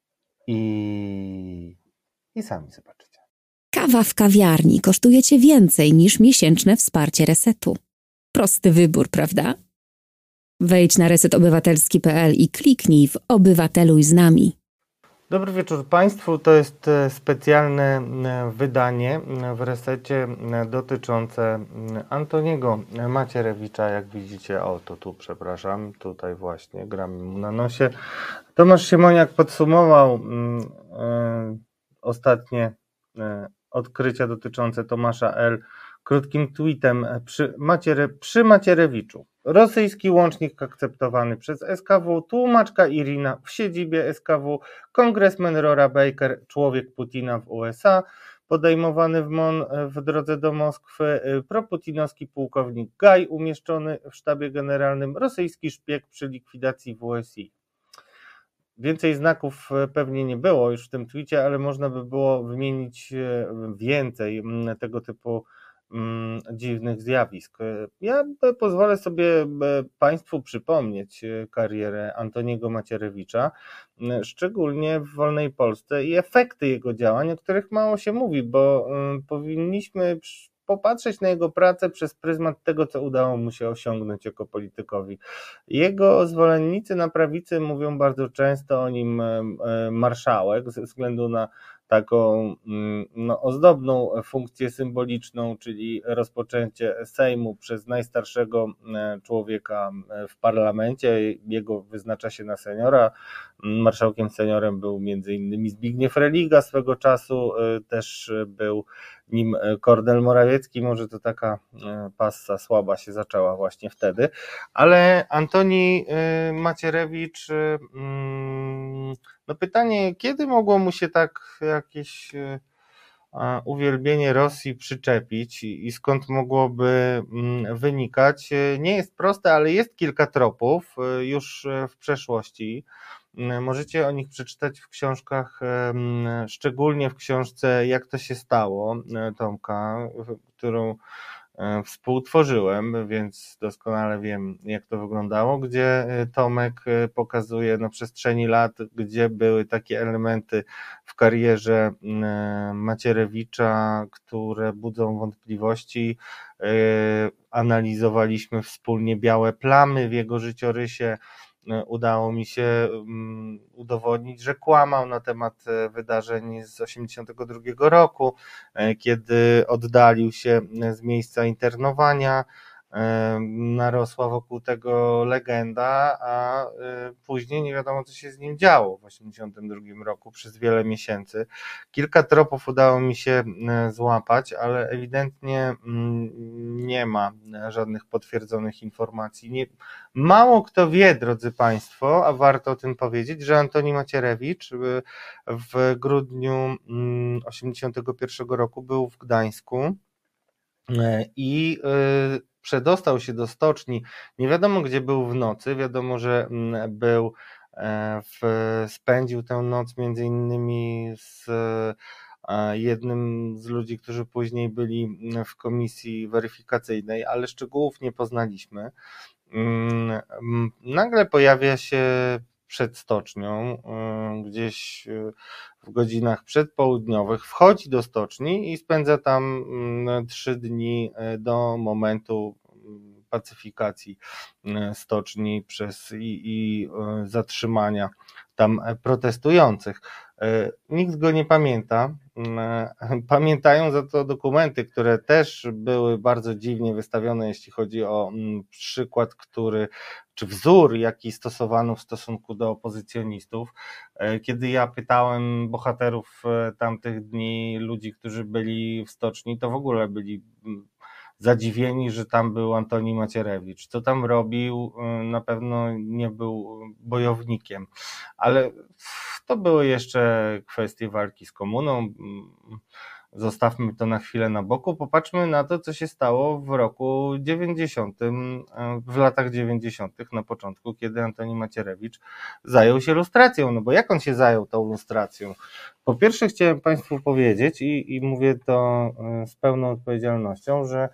i sami zobaczycie.
Kawa w kawiarni kosztuje Cię więcej niż miesięczne wsparcie Resetu. Prosty wybór, prawda? Wejdź na resetobywatelski.pl i kliknij w Obywateluj z nami.
Dobry wieczór Państwu. To jest specjalne wydanie w Resecie dotyczące Antoniego Macierewicza. Jak widzicie, przepraszam, tutaj właśnie gramy mu na nosie. Tomasz Siemoniak podsumował ostatnie odkrycia dotyczące Tomasza L. krótkim tweetem przy Macierewiczu. Rosyjski łącznik akceptowany przez SKW, tłumaczka Irina w siedzibie SKW, kongresmen Rora Baker, człowiek Putina w USA, podejmowany w MON w drodze do Moskwy, proputinowski pułkownik Gaj umieszczony w sztabie generalnym, rosyjski szpieg przy likwidacji WSI. Więcej znaków pewnie nie było już w tym tweetie, ale można by było wymienić więcej tego typu dziwnych zjawisk. Ja pozwolę sobie Państwu przypomnieć karierę Antoniego Macierewicza, szczególnie w wolnej Polsce i efekty jego działań, o których mało się mówi, bo powinniśmy popatrzeć na jego pracę przez pryzmat tego, co udało mu się osiągnąć jako politykowi. Jego zwolennicy na prawicy mówią bardzo często o nim marszałek, ze względu na taką ozdobną funkcję symboliczną, czyli rozpoczęcie Sejmu przez najstarszego człowieka w parlamencie. Jego wyznacza się na seniora. Marszałkiem seniorem był m.in. Zbigniew Religa swego czasu, też był nim Kornel Morawiecki, może to taka passa słaba się zaczęła właśnie wtedy, ale Antoni Macierewicz, no pytanie, kiedy mogło mu się tak jakieś uwielbienie Rosji przyczepić i skąd mogłoby wynikać? Nie jest proste, ale jest kilka tropów już w przeszłości. Możecie o nich przeczytać w książkach, szczególnie w książce Jak to się stało Tomka, którą współtworzyłem, więc doskonale wiem, jak to wyglądało, gdzie Tomek pokazuje na przestrzeni lat, gdzie były takie elementy w karierze Macierewicza, które budzą wątpliwości. Analizowaliśmy wspólnie białe plamy w jego życiorysie. Udało mi się udowodnić, że kłamał na temat wydarzeń z 1982 roku, kiedy oddalił się z miejsca internowania. Narosła wokół tego legenda, a później nie wiadomo, co się z nim działo w 1982 roku przez wiele miesięcy. Kilka tropów udało mi się złapać, ale ewidentnie nie ma żadnych potwierdzonych informacji. Mało kto wie, drodzy Państwo, a warto o tym powiedzieć, że Antoni Macierewicz w grudniu 1981 roku był w Gdańsku i przedostał się do stoczni. Nie wiadomo, gdzie był w nocy. Wiadomo, że spędził tę noc między innymi z jednym z ludzi, którzy później byli w komisji weryfikacyjnej, ale szczegółów nie poznaliśmy. Nagle pojawia się przed stocznią, gdzieś w godzinach przedpołudniowych, wchodzi do stoczni i spędza tam 3 dni do momentu pacyfikacji stoczni i zatrzymania tam protestujących. Nikt go nie pamięta. Pamiętają za to dokumenty, które też były bardzo dziwnie wystawione, jeśli chodzi o przykład, czy wzór, jaki stosowano w stosunku do opozycjonistów. Kiedy ja pytałem bohaterów tamtych dni, ludzi, którzy byli w stoczni, to w ogóle byli zadziwieni, że tam był Antoni Macierewicz. Co tam robił? Na pewno nie był bojownikiem, ale to były jeszcze kwestie walki z komuną. Zostawmy to na chwilę na boku, popatrzmy na to, co się stało w roku 90, w latach 90, na początku, kiedy Antoni Macierewicz zajął się lustracją. No bo jak on się zajął tą lustracją? Po pierwsze chciałem Państwu powiedzieć i mówię to z pełną odpowiedzialnością, że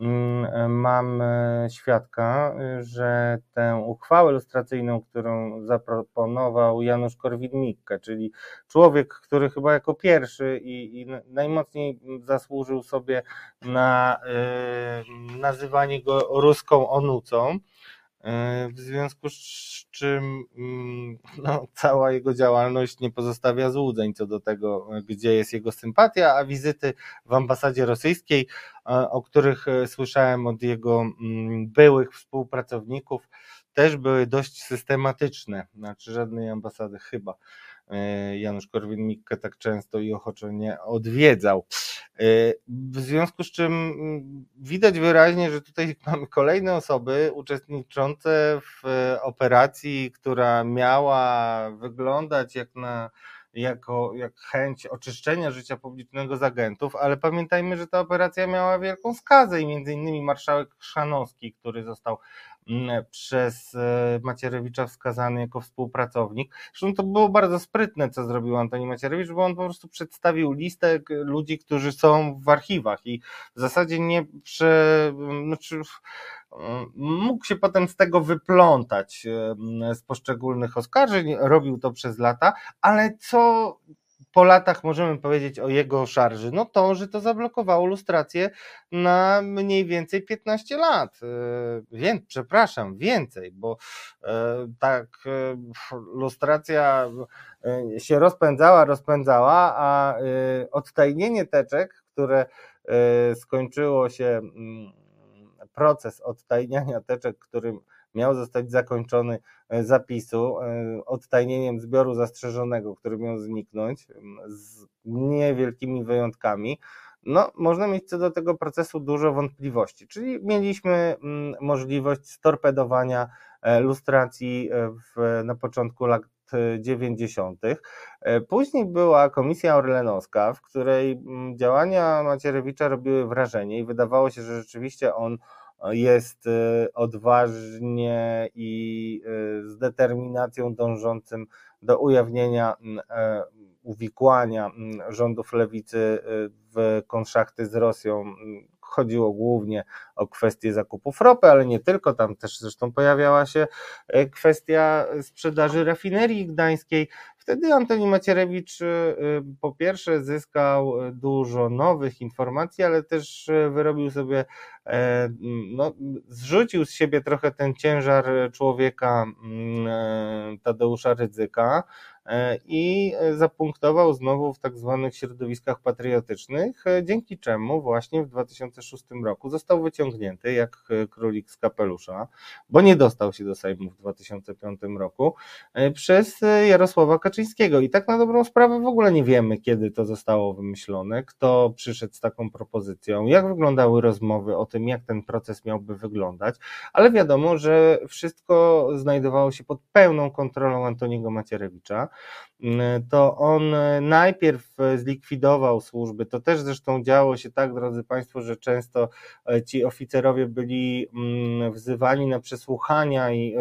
mam świadka, że tę uchwałę lustracyjną, którą zaproponował Janusz Korwin-Mikke, czyli człowiek, który chyba jako pierwszy i najmocniej zasłużył sobie na nazywanie go ruską onucą, w związku z czym cała jego działalność nie pozostawia złudzeń co do tego, gdzie jest jego sympatia, a wizyty w ambasadzie rosyjskiej, o których słyszałem od jego byłych współpracowników, też były dość systematyczne, znaczy żadnej ambasady chyba Janusz Korwin-Mikke tak często i ochoczo nie odwiedzał. W związku z czym widać wyraźnie, że tutaj mamy kolejne osoby uczestniczące w operacji, która miała wyglądać jak chęć oczyszczenia życia publicznego z agentów, ale pamiętajmy, że ta operacja miała wielką skazę i między innymi marszałek Chrzanowski, który został przez Macierewicza wskazany jako współpracownik. Zresztą to było bardzo sprytne, co zrobił Antoni Macierewicz, bo on po prostu przedstawił listę ludzi, którzy są w archiwach i w zasadzie mógł się potem z tego wyplątać z poszczególnych oskarżeń, robił to przez lata, ale co po latach możemy powiedzieć o jego szarży? No to, że to zablokowało lustrację na mniej więcej 15 lat. Więcej, bo tak lustracja się rozpędzała, a odtajnienie teczek, które skończyło się, proces odtajniania teczek, którym miał zostać zakończony zapisu, odtajnieniem zbioru zastrzeżonego, który miał zniknąć z niewielkimi wyjątkami. No, można mieć co do tego procesu dużo wątpliwości, czyli mieliśmy możliwość storpedowania lustracji na początku lat 90. Później była Komisja Orlenowska, w której działania Macierewicza robiły wrażenie i wydawało się, że rzeczywiście on jest odważnie i z determinacją dążącym do ujawnienia uwikłania rządów lewicy w konszachty z Rosją. Chodziło głównie o kwestię zakupów ropy, ale nie tylko, tam też zresztą pojawiała się kwestia sprzedaży rafinerii gdańskiej. Wtedy Antoni Macierewicz po pierwsze zyskał dużo nowych informacji, ale też wyrobił sobie, zrzucił z siebie trochę ten ciężar człowieka Tadeusza Rydzyka i zapunktował znowu w tak zwanych środowiskach patriotycznych, dzięki czemu właśnie w 2006 roku został wyciągnięty jak królik z kapelusza, bo nie dostał się do Sejmu w 2005 roku przez Jarosława Kaczyńskiego i tak na dobrą sprawę w ogóle nie wiemy, kiedy to zostało wymyślone, kto przyszedł z taką propozycją, jak wyglądały rozmowy o tym, jak ten proces miałby wyglądać, ale wiadomo, że wszystko znajdowało się pod pełną kontrolą Antoniego Macierewicza. to on najpierw zlikwidował służby. To też zresztą działo się tak, drodzy Państwo, że często ci oficerowie byli wzywani na przesłuchania i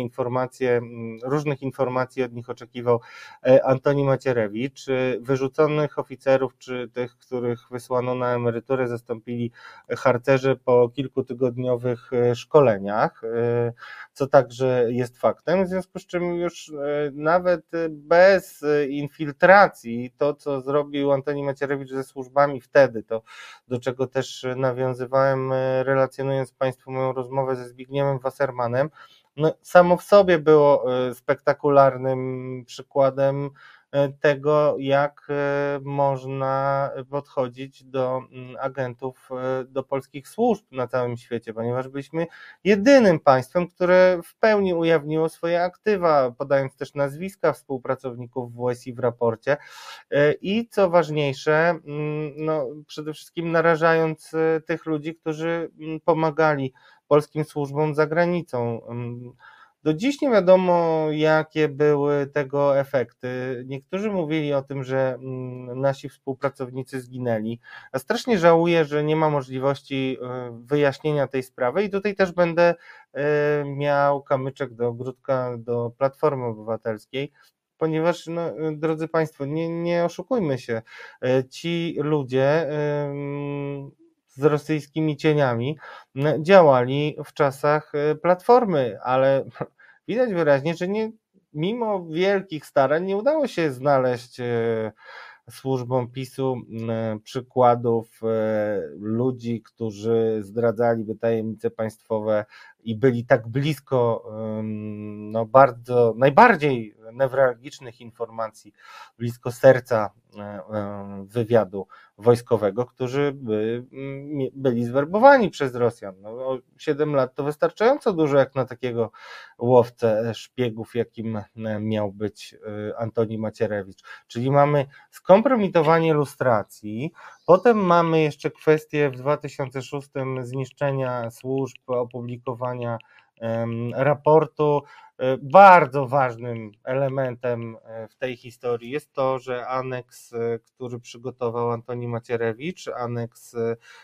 różnych informacji od nich oczekiwał Antoni Macierewicz. Wyrzuconych oficerów, czy tych, których wysłano na emeryturę, zastąpili harcerze po kilkutygodniowych szkoleniach, co także jest faktem, w związku z czym już nawet bez infiltracji to, co zrobił Antoni Macierewicz ze służbami wtedy, to do czego też nawiązywałem, relacjonując Państwu moją rozmowę ze Zbigniewem Wassermanem, no, samo w sobie było spektakularnym przykładem tego, jak można podchodzić do agentów, do polskich służb na całym świecie, ponieważ byliśmy jedynym państwem, które w pełni ujawniło swoje aktywa, podając też nazwiska współpracowników WSI w raporcie i co ważniejsze, no, przede wszystkim narażając tych ludzi, którzy pomagali polskim służbom za granicą. Do dziś nie wiadomo, jakie były tego efekty. Niektórzy mówili o tym, że nasi współpracownicy zginęli. A strasznie żałuję, że nie ma możliwości wyjaśnienia tej sprawy i tutaj też będę miał kamyczek do ogródka do Platformy Obywatelskiej, ponieważ, no, drodzy Państwo, nie oszukujmy się, ci ludzie z rosyjskimi cieniami działali w czasach Platformy, ale widać wyraźnie, że mimo wielkich starań nie udało się znaleźć służbom PiS-u przykładów ludzi, którzy zdradzaliby tajemnice państwowe i byli tak blisko no, najbardziej newralgicznych informacji, blisko serca wywiadu wojskowego, którzy byli zwerbowani przez Rosjan. No, 7 lat to wystarczająco dużo jak na takiego łowcę szpiegów, jakim miał być Antoni Macierewicz. Czyli mamy skompromitowanie lustracji, potem mamy jeszcze kwestię w 2006 zniszczenia służb, opublikowania raportu. Bardzo ważnym elementem w tej historii jest to, że aneks, który przygotował Antoni Macierewicz, aneks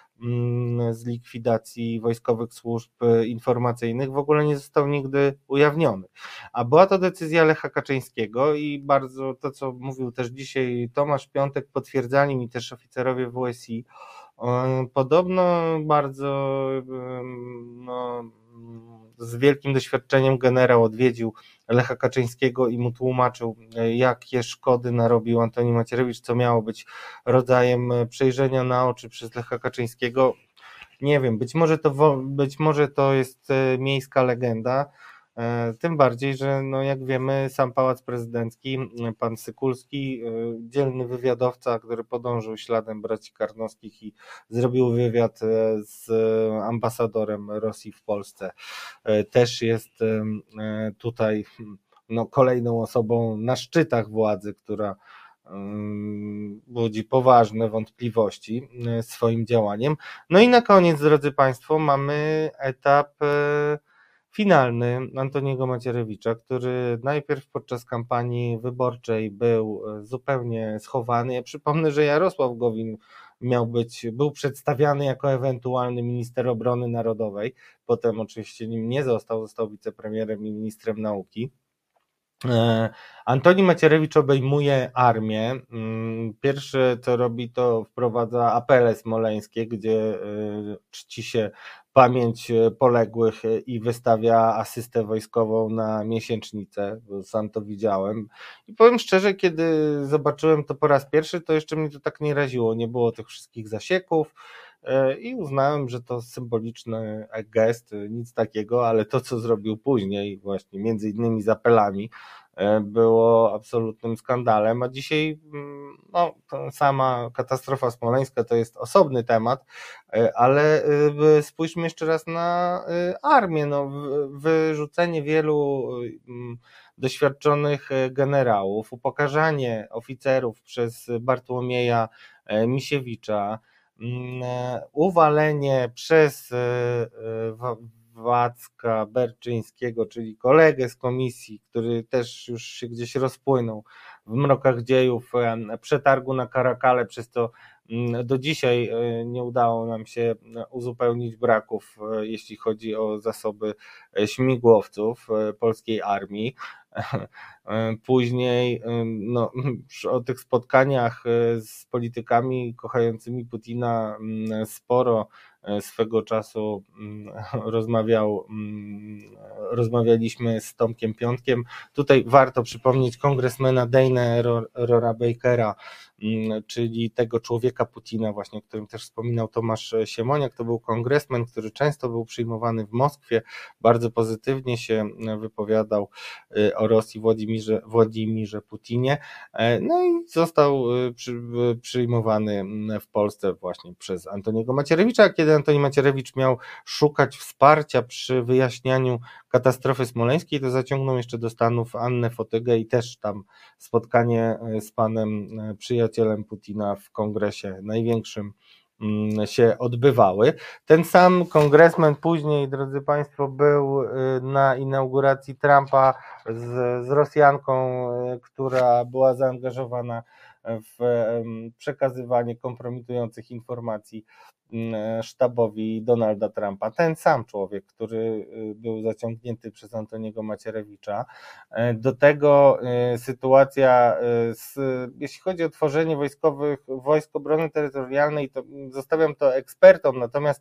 z likwidacji wojskowych służb informacyjnych w ogóle nie został nigdy ujawniony. A była to decyzja Lecha Kaczyńskiego i bardzo to, co mówił też dzisiaj Tomasz Piątek, potwierdzali mi też oficerowie WSI. Podobno bardzo z wielkim doświadczeniem generał odwiedził Lecha Kaczyńskiego i mu tłumaczył, jakie szkody narobił Antoni Macierewicz, co miało być rodzajem przejrzenia na oczy przez Lecha Kaczyńskiego. Nie wiem, być może to jest miejska legenda, tym bardziej, że no jak wiemy, sam Pałac Prezydencki, pan Sykulski, dzielny wywiadowca, który podążył śladem braci Karnowskich i zrobił wywiad z ambasadorem Rosji w Polsce, też jest tutaj no, kolejną osobą na szczytach władzy, która budzi poważne wątpliwości swoim działaniem. No i na koniec, drodzy Państwo, mamy etap finalny Antoniego Macierewicza, który najpierw podczas kampanii wyborczej był zupełnie schowany. Ja przypomnę, że Jarosław Gowin był przedstawiany jako ewentualny minister obrony narodowej, potem oczywiście nim nie został wicepremierem i ministrem nauki. Antoni Macierewicz obejmuje armię. Pierwsze co robi, to wprowadza apele smoleńskie, gdzie czci się pamięć poległych i wystawia asystę wojskową na miesięcznicę, bo sam to widziałem. I powiem szczerze, kiedy zobaczyłem to po raz pierwszy, to jeszcze mnie to tak nie raziło, nie było tych wszystkich zasieków i uznałem, że to symboliczny gest, nic takiego, ale to, co zrobił później, właśnie między innymi z apelami, było absolutnym skandalem, a dzisiaj no, sama katastrofa smoleńska to jest osobny temat, ale spójrzmy jeszcze raz na armię. No, wyrzucenie wielu doświadczonych generałów, upokarzanie oficerów przez Bartłomieja Misiewicza, uwalenie przez Jacka Berczyńskiego, czyli kolegę z komisji, który też już się gdzieś rozpłynął w mrokach dziejów przetargu na Caracale, przez to do dzisiaj nie udało nam się uzupełnić braków, jeśli chodzi o zasoby śmigłowców polskiej armii. Później no, o tych spotkaniach z politykami kochającymi Putina sporo swego czasu rozmawialiśmy z Tomkiem Piątkiem. Tutaj warto przypomnieć kongresmena Dana Rora Bakera, czyli tego człowieka Putina właśnie, o którym też wspominał Tomasz Siemoniak. To był kongresmen, który często był przyjmowany w Moskwie, bardzo pozytywnie się wypowiadał o Rosji, Władimirze Putinie, no i został przyjmowany w Polsce właśnie przez Antoniego Macierewicza. Kiedy Antoni Macierewicz miał szukać wsparcia przy wyjaśnianiu katastrofy smoleńskiej, to zaciągnął jeszcze do Stanów Annę Fotygę i też tam spotkanie z panem przyjacielem Putina w kongresie największym się odbywały. Ten sam kongresmen później, drodzy Państwo, był na inauguracji Trumpa z Rosjanką, która była zaangażowana w przekazywanie kompromitujących informacji sztabowi Donalda Trumpa. Ten sam człowiek, który był zaciągnięty przez Antoniego Macierewicza. Do tego sytuacja, jeśli chodzi o tworzenie wojsk obrony terytorialnej, to zostawiam to ekspertom, natomiast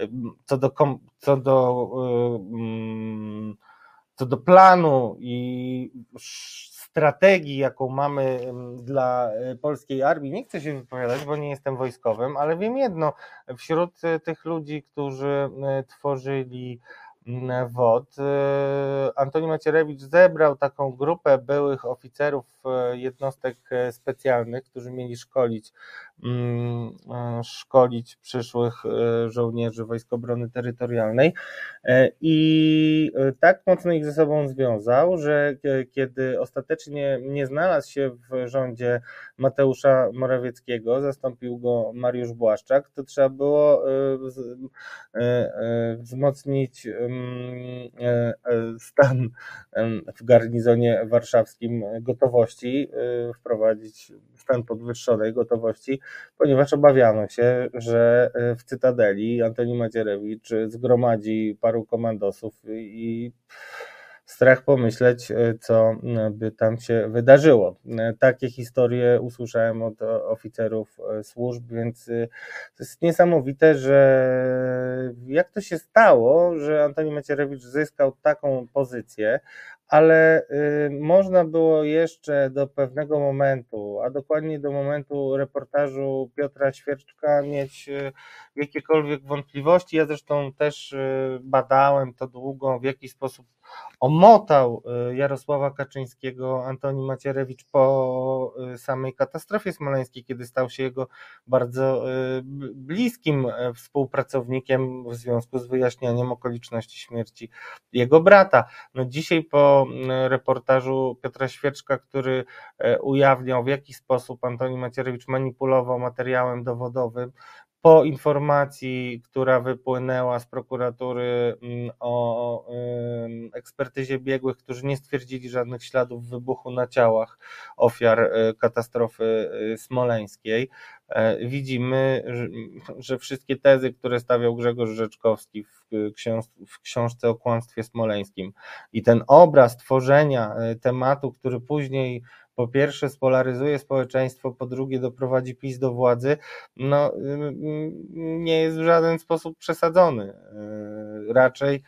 co do planu i strategii, jaką mamy dla polskiej armii, nie chcę się wypowiadać, bo nie jestem wojskowym, ale wiem jedno, wśród tych ludzi, którzy tworzyli WOT, Antoni Macierewicz zebrał taką grupę byłych oficerów jednostek specjalnych, którzy mieli szkolić przyszłych żołnierzy Wojsk Obrony Terytorialnej i tak mocno ich ze sobą związał, że kiedy ostatecznie nie znalazł się w rządzie Mateusza Morawieckiego, zastąpił go Mariusz Błaszczak, to trzeba było wzmocnić stan w garnizonie warszawskim gotowości, wprowadzić stan podwyższonej gotowości, ponieważ obawiano się, że w Cytadeli Antoni Macierewicz zgromadzi paru komandosów i strach pomyśleć, co by tam się wydarzyło. Takie historie usłyszałem od oficerów służb, więc to jest niesamowite, że jak to się stało, że Antoni Macierewicz zyskał taką pozycję, ale można było jeszcze do pewnego momentu, a dokładnie do momentu reportażu Piotra Świerczka mieć jakiekolwiek wątpliwości. Ja zresztą też badałem to długo, w jaki sposób omotał Jarosława Kaczyńskiego Antoni Macierewicz po samej katastrofie smoleńskiej, kiedy stał się jego bardzo bliskim współpracownikiem w związku z wyjaśnianiem okoliczności śmierci jego brata. No dzisiaj po reportażu Piotra Świerczka, który ujawniał, w jaki sposób Antoni Macierewicz manipulował materiałem dowodowym, po informacji, która wypłynęła z prokuratury o ekspertyzie biegłych, którzy nie stwierdzili żadnych śladów wybuchu na ciałach ofiar katastrofy smoleńskiej, widzimy, że wszystkie tezy, które stawiał Grzegorz Rzeczkowski w książce o kłamstwie smoleńskim i ten obraz tworzenia tematu, który później po pierwsze spolaryzuje społeczeństwo, po drugie doprowadzi PiS do władzy, no nie jest w żaden sposób przesadzony. Raczej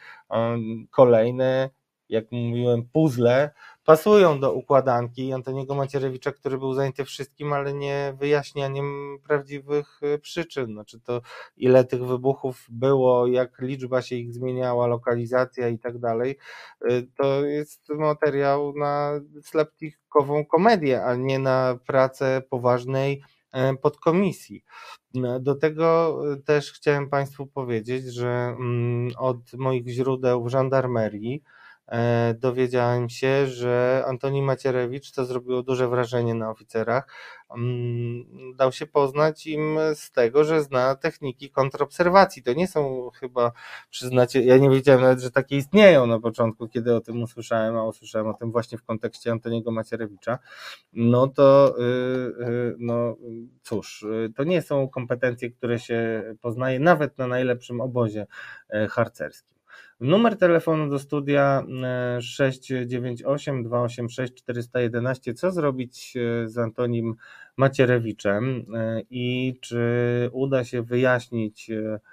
kolejne, jak mówiłem, puzzle pasują do układanki Antoniego Macierewicza, który był zajęty wszystkim, ale nie wyjaśnianiem prawdziwych przyczyn. Znaczy to, ile tych wybuchów było, jak liczba się ich zmieniała, lokalizacja i tak dalej, to jest materiał na slapstickową komedię, a nie na pracę poważnej podkomisji. Do tego też chciałem Państwu powiedzieć, że od moich źródeł w żandarmerii dowiedziałem się, że Antoni Macierewicz, co zrobiło duże wrażenie na oficerach, dał się poznać im z tego, że zna techniki kontrobserwacji. To nie są chyba, przyznacie, ja nie wiedziałem nawet, że takie istnieją na początku, kiedy o tym usłyszałem, a usłyszałem o tym właśnie w kontekście Antoniego Macierewicza. No to no cóż, to nie są kompetencje, które się poznaje nawet na najlepszym obozie harcerskim. Numer telefonu do studia 698 286 411. Co zrobić z Antonim Macierewiczem i czy uda się wyjaśnić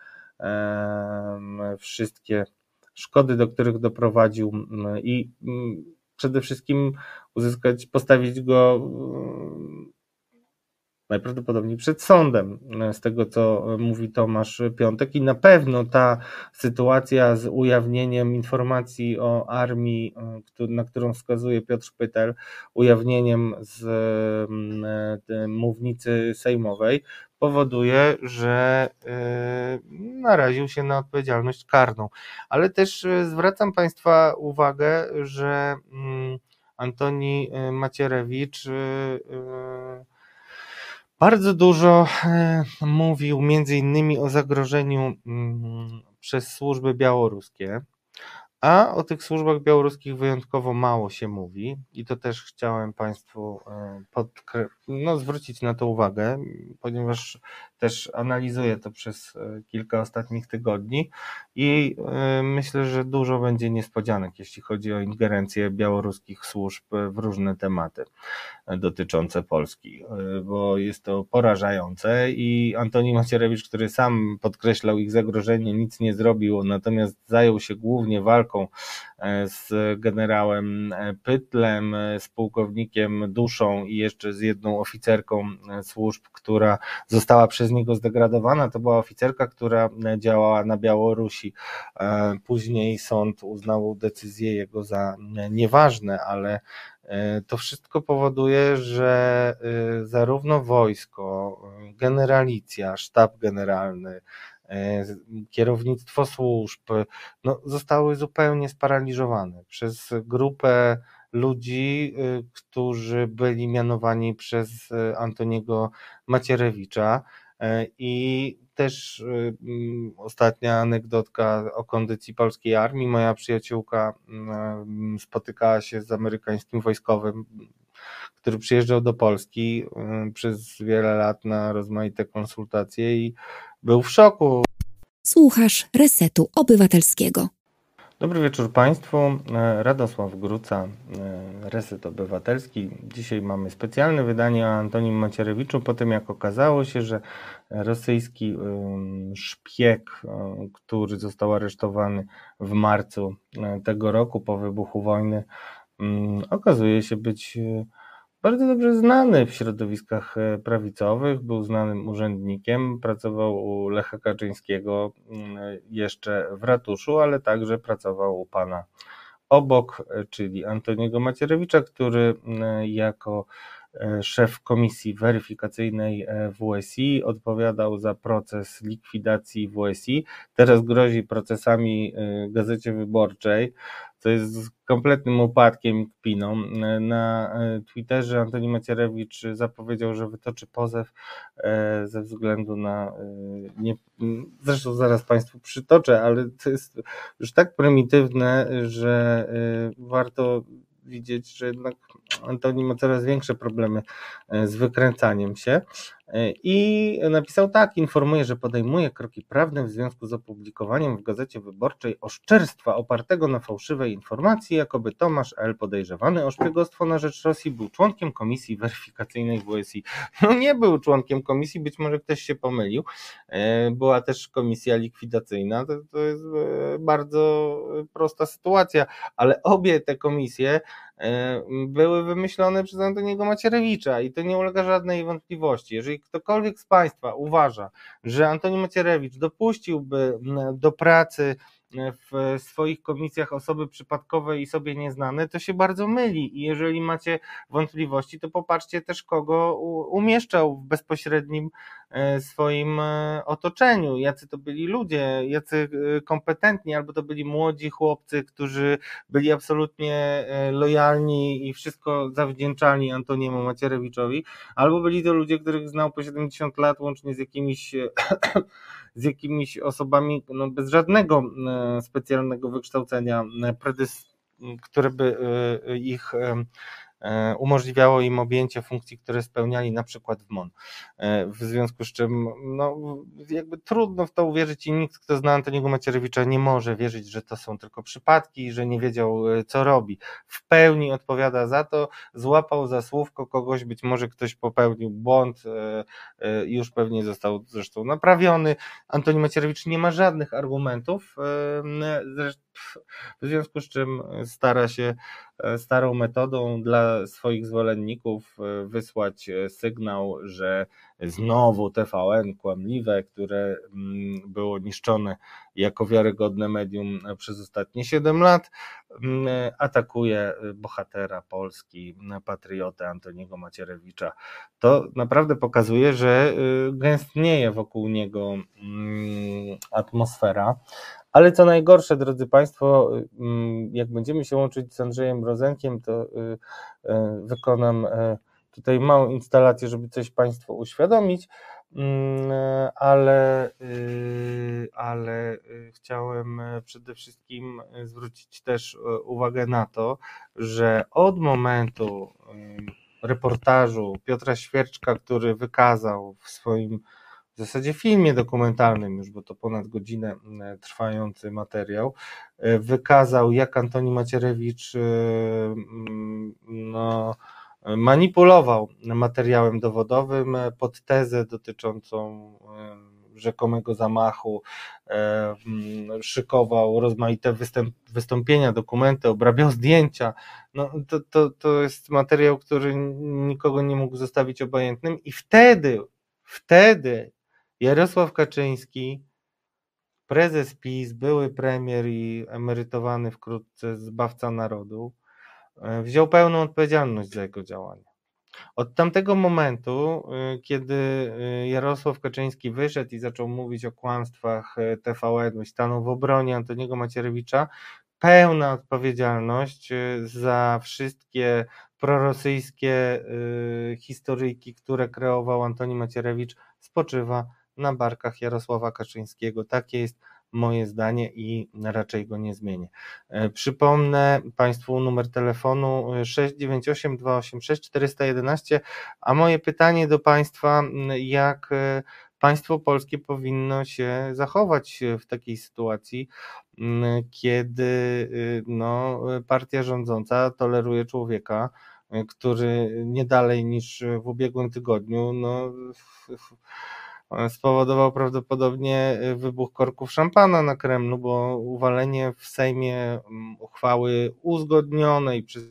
wszystkie szkody, do których doprowadził i przede wszystkim postawić go najprawdopodobniej przed sądem, z tego co mówi Tomasz Piątek, i na pewno ta sytuacja z ujawnieniem informacji o armii, na którą wskazuje Piotr Pytel, ujawnieniem z mównicy sejmowej, powoduje, że naraził się na odpowiedzialność karną. Ale też zwracam Państwa uwagę, że Antoni Macierewicz bardzo dużo mówił między innymi o zagrożeniu przez służby białoruskie, a o tych służbach białoruskich wyjątkowo mało się mówi i to też chciałem Państwu zwrócić na to uwagę, ponieważ też analizuję to przez kilka ostatnich tygodni i myślę, że dużo będzie niespodzianek, jeśli chodzi o ingerencję białoruskich służb w różne tematy dotyczące Polski, bo jest to porażające i Antoni Macierewicz, który sam podkreślał ich zagrożenie, nic nie zrobił, natomiast zajął się głównie walką z generałem Pytlem, z pułkownikiem Duszą i jeszcze z jedną oficerką służb, która została przez niego zdegradowana. To była oficerka, która działała na Białorusi. Później sąd uznał decyzję jego za nieważne, ale to wszystko powoduje, że zarówno wojsko, generalicja, sztab generalny, kierownictwo służb zostały zupełnie sparaliżowane przez grupę ludzi, którzy byli mianowani przez Antoniego Macierewicza. I też ostatnia anegdotka o kondycji polskiej armii. Moja przyjaciółka spotykała się z amerykańskim wojskowym, który przyjeżdżał do Polski przez wiele lat na rozmaite konsultacje i był w szoku.
Słuchasz Resetu Obywatelskiego.
Dobry wieczór Państwu, Radosław Gruca, Reset Obywatelski. Dzisiaj mamy specjalne wydanie o Antonim Macierewiczu, po tym jak okazało się, że rosyjski szpieg, który został aresztowany w marcu tego roku po wybuchu wojny, okazuje się być bardzo dobrze znany w środowiskach prawicowych, był znanym urzędnikiem, pracował u Lecha Kaczyńskiego jeszcze w ratuszu, ale także pracował u pana obok, czyli Antoniego Macierewicza, który jako szef komisji weryfikacyjnej WSI odpowiadał za proces likwidacji WSI. Teraz grozi procesami Gazecie Wyborczej, co jest kompletnym upadkiem i kpiną. Na Twitterze Antoni Macierewicz zapowiedział, że wytoczy pozew ze względu na zresztą zaraz Państwu przytoczę, ale to jest już tak prymitywne, że warto widzieć, że jednak Antoni ma coraz większe problemy z wykręcaniem się i napisał tak: informuje, że podejmuje kroki prawne w związku z opublikowaniem w Gazecie Wyborczej oszczerstwa opartego na fałszywej informacji, jakoby Tomasz L., podejrzewany o szpiegostwo na rzecz Rosji, był członkiem komisji weryfikacyjnej WSI. No nie był członkiem komisji, być może ktoś się pomylił, była też komisja likwidacyjna, to jest bardzo prosta sytuacja, ale obie te komisje były wymyślone przez Antoniego Macierewicza i to nie ulega żadnej wątpliwości. Jeżeli ktokolwiek z Państwa uważa, że Antoni Macierewicz dopuściłby do pracy w swoich komisjach osoby przypadkowe i sobie nieznane, to się bardzo myli i jeżeli macie wątpliwości, to popatrzcie też, kogo umieszczał w bezpośrednim swoim otoczeniu, jacy to byli ludzie, jacy kompetentni, albo to byli młodzi chłopcy, którzy byli absolutnie lojalni i wszystko zawdzięczali Antoniemu Macierewiczowi, albo byli to ludzie, których znał po 70 lat, łącznie z jakimiś osobami bez żadnego specjalnego wykształcenia, które by ich umożliwiało im objęcie funkcji, które spełniali na przykład w MON. W związku z czym jakby trudno w to uwierzyć i nikt, kto zna Antoniego Macierewicza, nie może wierzyć, że to są tylko przypadki i że nie wiedział, co robi. W pełni odpowiada za to, złapał za słówko kogoś, być może ktoś popełnił błąd, już pewnie został zresztą naprawiony. Antoni Macierewicz nie ma żadnych argumentów, w związku z czym stara się starą metodą dla swoich zwolenników wysłać sygnał, że znowu TVN kłamliwe, które było niszczone jako wiarygodne medium przez ostatnie 7 lat, atakuje bohatera Polski, patriotę Antoniego Macierewicza. To naprawdę pokazuje, że gęstnieje wokół niego atmosfera. Ale co najgorsze, drodzy Państwo, jak będziemy się łączyć z Andrzejem Rozenkiem, to wykonam tutaj małą instalację, żeby coś Państwu uświadomić, ale chciałem przede wszystkim zwrócić też uwagę na to, że od momentu reportażu Piotra Świerczka, który wykazał w swoim w zasadzie filmie dokumentalnym już, bo to ponad godzinę trwający materiał, wykazał, jak Antoni Macierewicz manipulował materiałem dowodowym pod tezę dotyczącą rzekomego zamachu, szykował rozmaite wystąpienia, dokumenty, obrabiał zdjęcia. To jest materiał, który nikogo nie mógł zostawić obojętnym i wtedy Jarosław Kaczyński, prezes PiS, były premier i emerytowany wkrótce zbawca narodu, wziął pełną odpowiedzialność za jego działania. Od tamtego momentu, kiedy Jarosław Kaczyński wyszedł i zaczął mówić o kłamstwach TVN-u i stanął w obronie Antoniego Macierewicza, pełna odpowiedzialność za wszystkie prorosyjskie historyjki, które kreował Antoni Macierewicz, spoczywa na barkach Jarosława Kaczyńskiego. Takie jest moje zdanie i raczej go nie zmienię. Przypomnę Państwu numer telefonu 698 286 411, a moje pytanie do Państwa, jak państwo polskie powinno się zachować w takiej sytuacji, kiedy partia rządząca toleruje człowieka, który nie dalej niż w ubiegłym tygodniu spowodował prawdopodobnie wybuch korków szampana na Kremlu, bo uwalenie w Sejmie uchwały uzgodnionej przez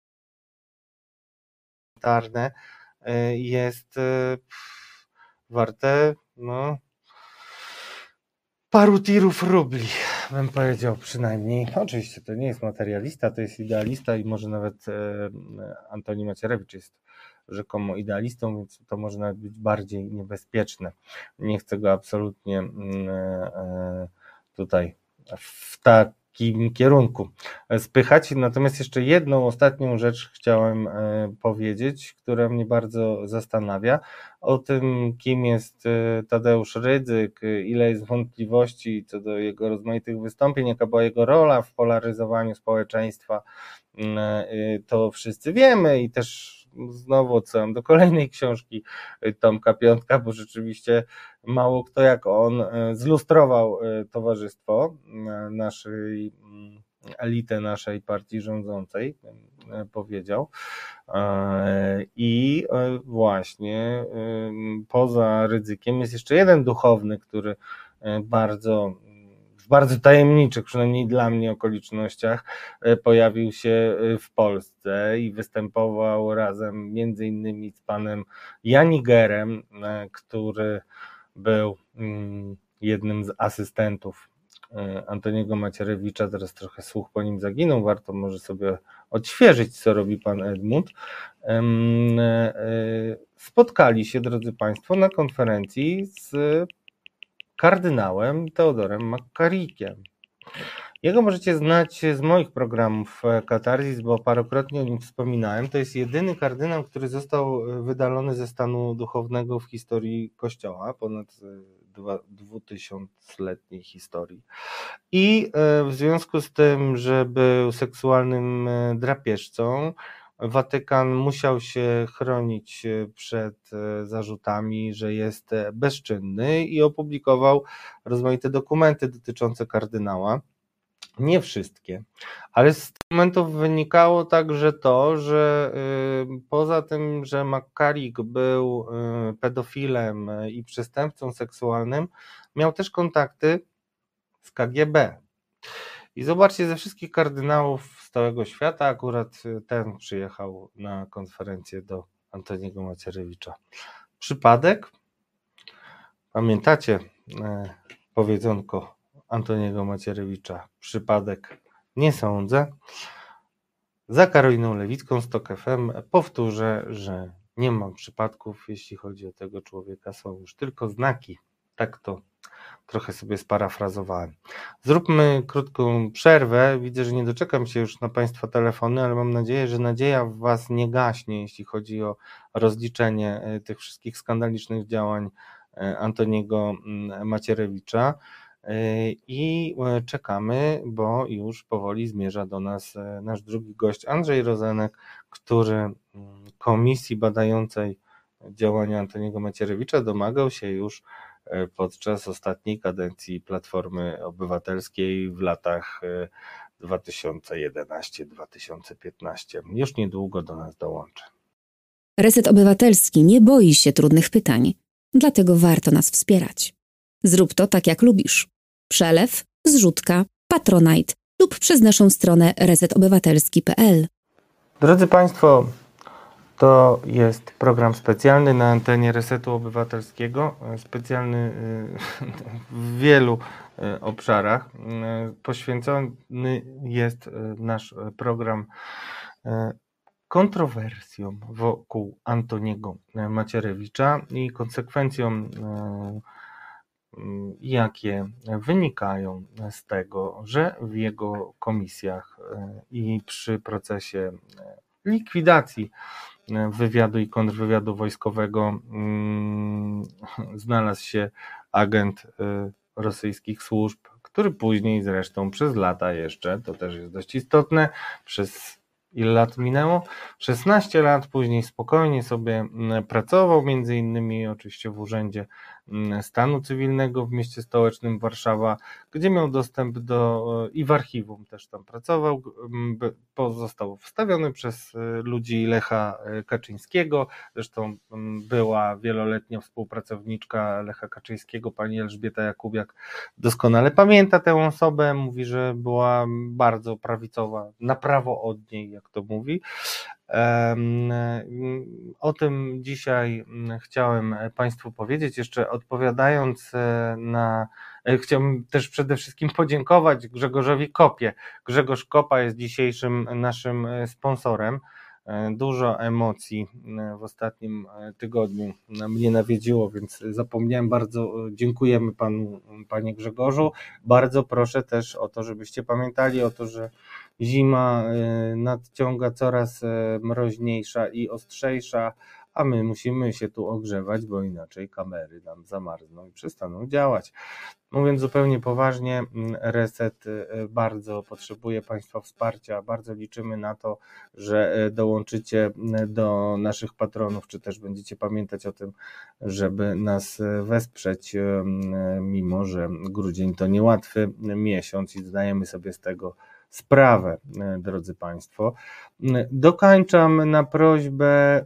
jest warte paru tirów rubli, bym powiedział przynajmniej. Oczywiście to nie jest materialista, to jest idealista i może nawet Antoni Macierewicz jest rzekomo idealistą, więc to może nawet być bardziej niebezpieczne. Nie chcę go absolutnie tutaj w takim kierunku spychać. Natomiast jeszcze jedną ostatnią rzecz chciałem powiedzieć, która mnie bardzo zastanawia. O tym, kim jest Tadeusz Rydzyk, ile jest wątpliwości co do jego rozmaitych wystąpień, jaka była jego rola w polaryzowaniu społeczeństwa, to wszyscy wiemy i też znowu odsyłam do kolejnej książki Tomka Piątka, bo rzeczywiście mało kto jak on zlustrował towarzystwo naszej elitę naszej partii rządzącej, powiedział. I właśnie poza Rydzykiem jest jeszcze jeden duchowny, który w bardzo tajemniczych, przynajmniej dla mnie, okolicznościach pojawił się w Polsce i występował razem między innymi z panem Janigerem, który był jednym z asystentów Antoniego Macierewicza, teraz trochę słuch po nim zaginął, warto może sobie odświeżyć, co robi pan Edmund, spotkali się, drodzy Państwo, na konferencji z kardynałem Theodorem McCarrickiem. Jego możecie znać z moich programów Katarzys, bo parokrotnie o nim wspominałem. To jest jedyny kardynał, który został wydalony ze stanu duchownego w historii Kościoła, ponad 2000-letniej historii. I w związku z tym, że był seksualnym drapieżcą, Watykan musiał się chronić przed zarzutami, że jest bezczynny i opublikował rozmaite dokumenty dotyczące kardynała. Nie wszystkie, ale z dokumentów wynikało także to, że poza tym, że McCarrick był pedofilem i przestępcą seksualnym, miał też kontakty z KGB. I zobaczcie, ze wszystkich kardynałów z całego świata akurat ten przyjechał na konferencję do Antoniego Macierewicza. Przypadek? Pamiętacie powiedzonko Antoniego Macierewicza? Przypadek? Nie sądzę. Za Karoliną Lewicką z TOK FM powtórzę, że nie mam przypadków, jeśli chodzi o tego człowieka, są już tylko znaki. Tak to trochę sobie sparafrazowałem. Zróbmy krótką przerwę. Widzę, że nie doczekam się już na Państwa telefony, ale mam nadzieję, że nadzieja w Was nie gaśnie, jeśli chodzi o rozliczenie tych wszystkich skandalicznych działań Antoniego Macierewicza. I czekamy, bo już powoli zmierza do nas nasz drugi gość, Andrzej Rozenek, który komisji badającej działania Antoniego Macierewicza domagał się już podczas ostatniej kadencji Platformy Obywatelskiej w latach 2011-2015. Już niedługo do nas dołączy.
Reset Obywatelski nie boi się trudnych pytań, dlatego warto nas wspierać. Zrób to tak, jak lubisz. Przelew, zrzutka, Patronite lub przez naszą stronę resetobywatelski.pl.
Drodzy Państwo, to jest program specjalny na antenie Resetu Obywatelskiego, specjalny w wielu obszarach. Poświęcony jest nasz program kontrowersjom wokół Antoniego Macierewicza i konsekwencjom, jakie wynikają z tego, że w jego komisjach i przy procesie likwidacji wywiadu i kontrwywiadu wojskowego znalazł się agent rosyjskich służb, który później zresztą przez lata jeszcze, to też jest dość istotne, przez ile lat minęło? 16 lat później spokojnie sobie pracował, między innymi oczywiście w Urzędzie Stanu Cywilnego w mieście stołecznym Warszawa, gdzie miał dostęp do, i w archiwum też tam pracował, został wstawiony przez ludzi Lecha Kaczyńskiego, zresztą była wieloletnia współpracowniczka Lecha Kaczyńskiego, pani Elżbieta Jakubiak, doskonale pamięta tę osobę, mówi, że była bardzo prawicowa, na prawo od niej, jak to mówi. O tym dzisiaj chciałem Państwu powiedzieć, jeszcze odpowiadając chciałbym też przede wszystkim podziękować Grzegorzowi Kopie. Grzegorz Kopa jest dzisiejszym naszym sponsorem. Dużo emocji w ostatnim tygodniu mnie nawiedziło, więc zapomniałem. Bardzo dziękujemy Panu, Panie Grzegorzu. Bardzo proszę też o to, żebyście pamiętali o to, że zima nadciąga coraz mroźniejsza i ostrzejsza, a my musimy się tu ogrzewać, bo inaczej kamery nam zamarzną i przestaną działać. Mówiąc zupełnie poważnie, Reset bardzo potrzebuje Państwa wsparcia, bardzo liczymy na to, że dołączycie do naszych patronów, czy też będziecie pamiętać o tym, żeby nas wesprzeć, mimo że grudzień to niełatwy miesiąc i zdajemy sobie z tego sprawę, drodzy Państwo. Dokańczam na prośbę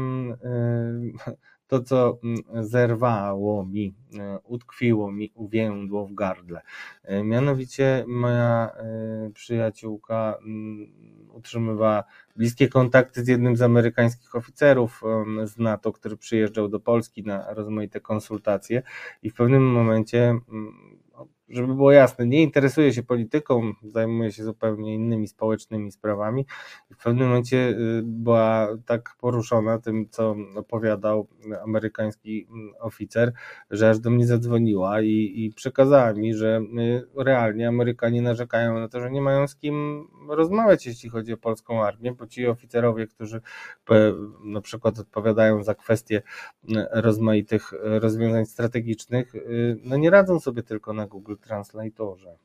to, co zerwało mi, utkwiło mi, uwiędło w gardle. Mianowicie moja przyjaciółka utrzymywała bliskie kontakty z jednym z amerykańskich oficerów z NATO, który przyjeżdżał do Polski na rozmaite konsultacje i w pewnym momencie żeby było jasne, nie interesuje się polityką, zajmuje się zupełnie innymi społecznymi sprawami. W pewnym momencie była tak poruszona tym, co opowiadał amerykański oficer, że aż do mnie zadzwoniła i przekazała mi, że realnie Amerykanie narzekają na to, że nie mają z kim rozmawiać, jeśli chodzi o polską armię, bo ci oficerowie, którzy na przykład odpowiadają za kwestie rozmaitych rozwiązań strategicznych, no nie radzą sobie tylko na Google Translatorze.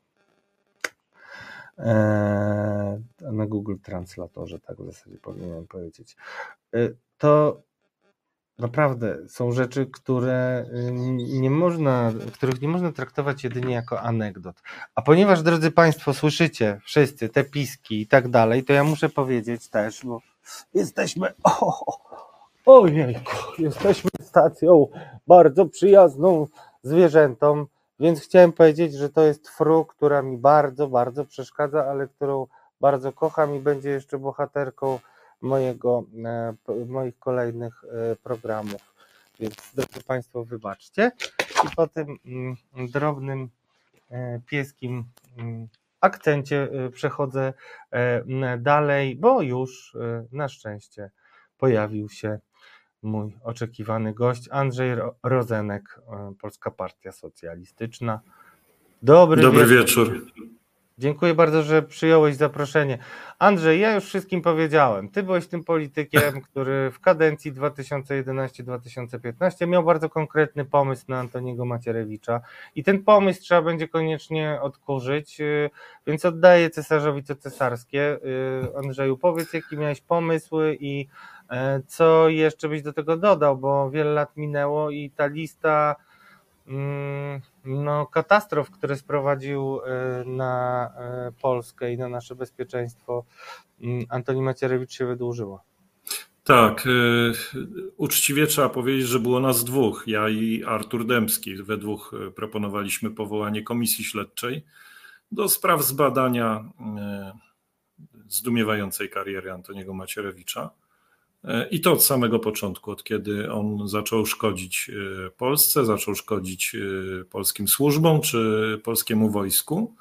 Na Google Translatorze, tak w zasadzie powinienem powiedzieć. To naprawdę są rzeczy, których nie można traktować jedynie jako anegdot. A ponieważ, drodzy Państwo, słyszycie wszyscy te piski i tak dalej, to ja muszę powiedzieć też, bo jesteśmy... Ojejku, jesteśmy stacją bardzo przyjazną zwierzętom, więc chciałem powiedzieć, że to jest Fru, która mi bardzo, bardzo przeszkadza, ale którą bardzo kocham i będzie jeszcze bohaterką moich kolejnych programów. Więc, drodzy Państwo, wybaczcie. I po tym drobnym pieskim akcencie przechodzę dalej, bo już na szczęście pojawił się mój oczekiwany gość, Andrzej Rozenek, Polska Partia Socjalistyczna. Dobry wieczór. Dziękuję bardzo, że przyjąłeś zaproszenie. Andrzej, ja już wszystkim powiedziałem. Ty byłeś tym politykiem, który w kadencji 2011-2015 miał bardzo konkretny pomysł na Antoniego Macierewicza i ten pomysł trzeba będzie koniecznie odkurzyć, więc oddaję cesarzowi co cesarskie. Andrzeju, powiedz, jaki miałeś pomysły i co jeszcze byś do tego dodał, bo wiele lat minęło i ta lista katastrof, które sprowadził na Polskę i na nasze bezpieczeństwo Antoni Macierewicz się wydłużyła.
Tak, uczciwie trzeba powiedzieć, że było nas dwóch, ja i Artur Dębski. We dwóch proponowaliśmy powołanie komisji śledczej do spraw zbadania zdumiewającej kariery Antoniego Macierewicza. I to od samego początku, od kiedy on zaczął szkodzić Polsce, zaczął szkodzić polskim służbom czy polskiemu wojsku.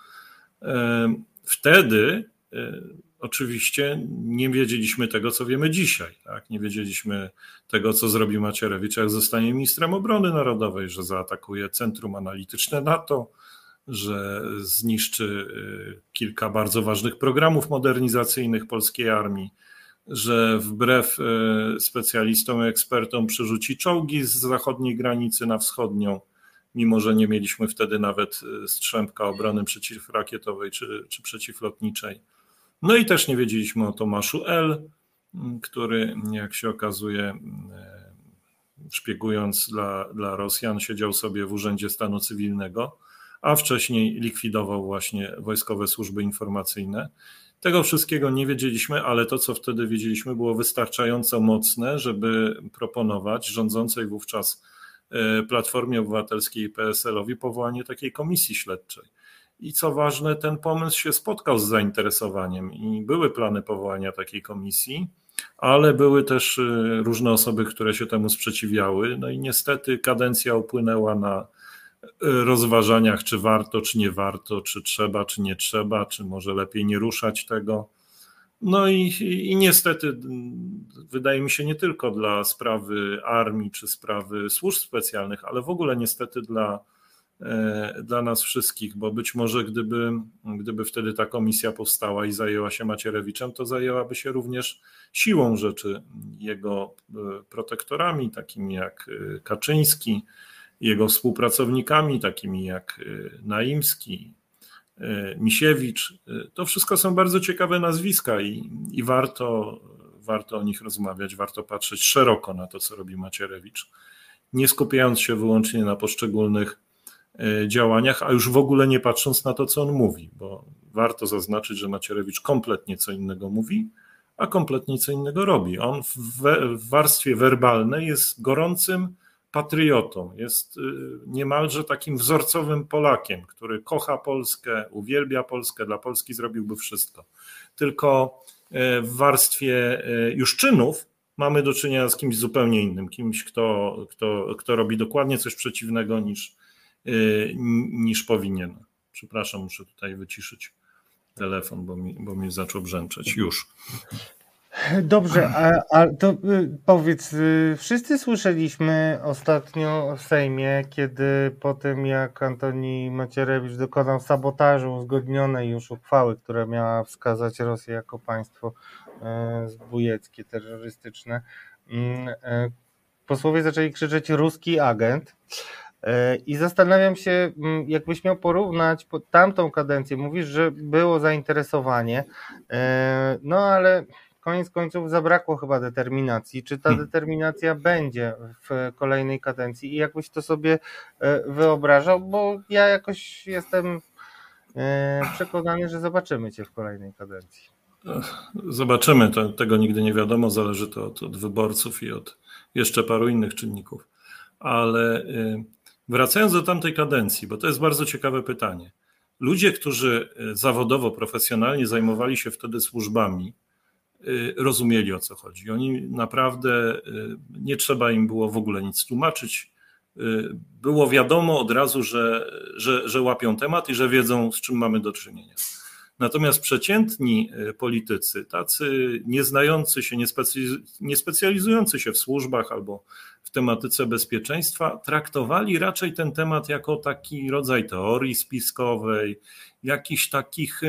Wtedy oczywiście nie wiedzieliśmy tego, co wiemy dzisiaj. Tak? Nie wiedzieliśmy tego, co zrobi Macierewicz, jak zostanie ministrem obrony narodowej, że zaatakuje Centrum Analityczne NATO, że zniszczy kilka bardzo ważnych programów modernizacyjnych polskiej armii, że wbrew specjalistom i ekspertom przerzuci czołgi z zachodniej granicy na wschodnią, mimo że nie mieliśmy wtedy nawet strzępka obrony przeciwrakietowej czy przeciwlotniczej. No i też nie wiedzieliśmy o Tomaszu L., który, jak się okazuje, szpiegując dla Rosjan, siedział sobie w Urzędzie Stanu Cywilnego, a wcześniej likwidował właśnie wojskowe służby informacyjne. Tego wszystkiego nie wiedzieliśmy, ale to, co wtedy wiedzieliśmy, było wystarczająco mocne, żeby proponować rządzącej wówczas Platformie Obywatelskiej i PSL-owi powołanie takiej komisji śledczej. I co ważne, ten pomysł się spotkał z zainteresowaniem i były plany powołania takiej komisji, ale były też różne osoby, które się temu sprzeciwiały. No i niestety kadencja upłynęła na rozważaniach, czy warto, czy nie warto, czy trzeba, czy nie trzeba, czy może lepiej nie ruszać tego. No i niestety wydaje mi się nie tylko dla sprawy armii, czy sprawy służb specjalnych, ale w ogóle niestety dla nas wszystkich, bo być może gdyby wtedy ta komisja powstała i zajęła się Macierewiczem, to zajęłaby się również siłą rzeczy jego protektorami, takimi jak Kaczyński, jego współpracownikami, takimi jak Naimski, Misiewicz. To wszystko są bardzo ciekawe nazwiska i warto o nich rozmawiać, warto patrzeć szeroko na to, co robi Macierewicz, nie skupiając się wyłącznie na poszczególnych działaniach, a już w ogóle nie patrząc na to, co on mówi, bo warto zaznaczyć, że Macierewicz kompletnie co innego mówi, a kompletnie co innego robi. On w warstwie werbalnej jest gorącym patriotą, jest niemalże takim wzorcowym Polakiem, który kocha Polskę, uwielbia Polskę, dla Polski zrobiłby wszystko. Tylko w warstwie już czynów mamy do czynienia z kimś zupełnie innym, kimś, kto robi dokładnie coś przeciwnego niż powinien. Przepraszam, muszę tutaj wyciszyć telefon, bo mi zaczął brzęczeć. Już.
Dobrze, a to powiedz, wszyscy słyszeliśmy ostatnio w Sejmie, kiedy po tym jak Antoni Macierewicz dokonał sabotażu uzgodnionej już uchwały, która miała wskazać Rosję jako państwo zbójeckie, terrorystyczne, posłowie zaczęli krzyczeć ruski agent. I zastanawiam się, jakbyś miał porównać tamtą kadencję. Mówisz, że było zainteresowanie, no ale koniec końców zabrakło chyba determinacji. Czy ta determinacja będzie w kolejnej kadencji i jakbyś to sobie wyobrażał? Bo ja jakoś jestem przekonany, że zobaczymy cię w kolejnej kadencji.
Zobaczymy, tego nigdy nie wiadomo, zależy to od wyborców i od jeszcze paru innych czynników. Ale wracając do tamtej kadencji, bo to jest bardzo ciekawe pytanie. Ludzie, którzy zawodowo, profesjonalnie zajmowali się wtedy służbami, rozumieli, o co chodzi. Oni naprawdę, nie trzeba im było w ogóle nic tłumaczyć. Było wiadomo od razu, że łapią temat i że wiedzą, z czym mamy do czynienia. Natomiast przeciętni politycy, tacy nieznający się, niespecjalizujący się w służbach albo w tematyce bezpieczeństwa, traktowali raczej ten temat jako taki rodzaj teorii spiskowej, jakichś takich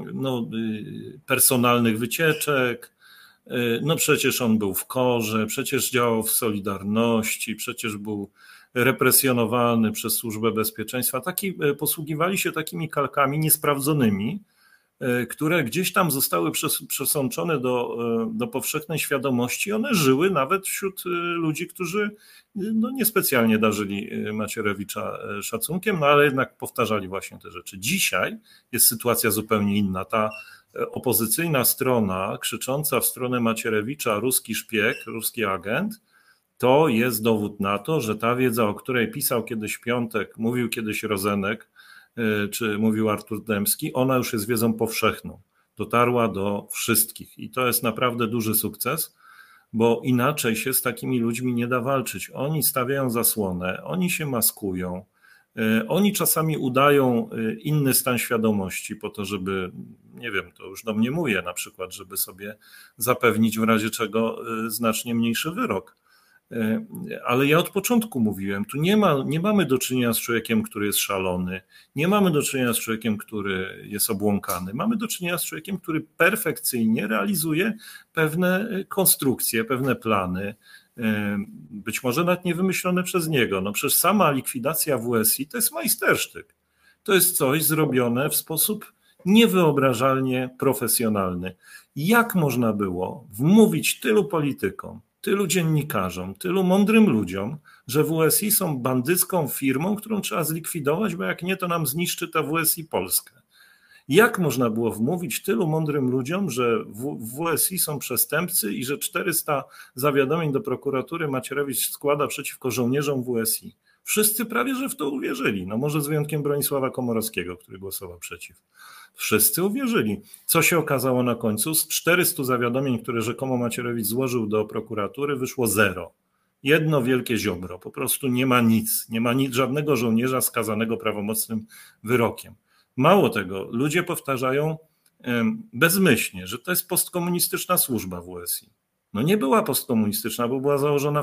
personalnych wycieczek. No przecież on był w KOR-ze, przecież działał w Solidarności, przecież był represjonowany przez Służbę Bezpieczeństwa. Posługiwali się takimi kalkami niesprawdzonymi, które gdzieś tam zostały przesączone do powszechnej świadomości. One żyły nawet wśród ludzi, którzy niespecjalnie darzyli Macierewicza szacunkiem, ale jednak powtarzali właśnie te rzeczy. Dzisiaj jest sytuacja zupełnie inna. Ta opozycyjna strona krzycząca w stronę Macierewicza ruski szpieg, ruski agent, to jest dowód na to, że ta wiedza, o której pisał kiedyś Piątek, mówił kiedyś Rozenek, czy mówił Artur Dębski, ona już jest wiedzą powszechną. Dotarła do wszystkich i to jest naprawdę duży sukces, bo inaczej się z takimi ludźmi nie da walczyć. Oni stawiają zasłonę, oni się maskują, oni czasami udają inny stan świadomości po to, żeby, nie wiem, to już domniemuję na przykład, żeby sobie zapewnić w razie czego znacznie mniejszy wyrok. Ale ja od początku mówiłem, tu nie mamy do czynienia z człowiekiem, który jest szalony, nie mamy do czynienia z człowiekiem, który jest obłąkany, mamy do czynienia z człowiekiem, który perfekcyjnie realizuje pewne konstrukcje, pewne plany, być może nawet nie wymyślone przez niego. No przecież sama likwidacja WSI to jest majstersztyk. To jest coś zrobione w sposób niewyobrażalnie profesjonalny. Jak można było wmówić tylu politykom, tylu dziennikarzom, tylu mądrym ludziom, że WSI są bandycką firmą, którą trzeba zlikwidować, bo jak nie, to nam zniszczy ta WSI Polskę. Jak można było wmówić tylu mądrym ludziom, że w WSI są przestępcy i że 400 zawiadomień do prokuratury Macierewicz składa przeciwko żołnierzom WSI? Wszyscy prawie, że w to uwierzyli. No może z wyjątkiem Bronisława Komorowskiego, który głosował przeciw. Wszyscy uwierzyli. Co się okazało na końcu? Z 400 zawiadomień, które rzekomo Macierewicz złożył do prokuratury, wyszło 0. Jedno wielkie ziobro. Po prostu nie ma nic. Nie ma nic, żadnego żołnierza skazanego prawomocnym wyrokiem. Mało tego, ludzie powtarzają bezmyślnie, że to jest postkomunistyczna służba WSI. No nie była postkomunistyczna, bo była założona w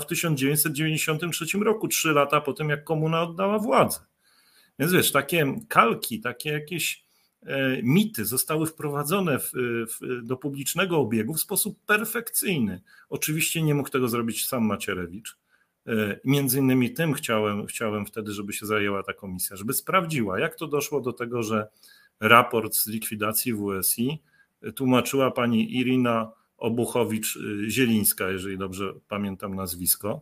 1993 roku, 3 lata po tym, jak komuna oddała władzę. Więc wiesz, takie kalki, takie jakieś mity zostały wprowadzone do publicznego obiegu w sposób perfekcyjny. Oczywiście nie mógł tego zrobić sam Macierewicz. Między innymi tym chciałem wtedy, żeby się zajęła ta komisja, żeby sprawdziła, jak to doszło do tego, że raport z likwidacji WSI tłumaczyła pani Irina Obuchowicz-Zielińska, jeżeli dobrze pamiętam nazwisko,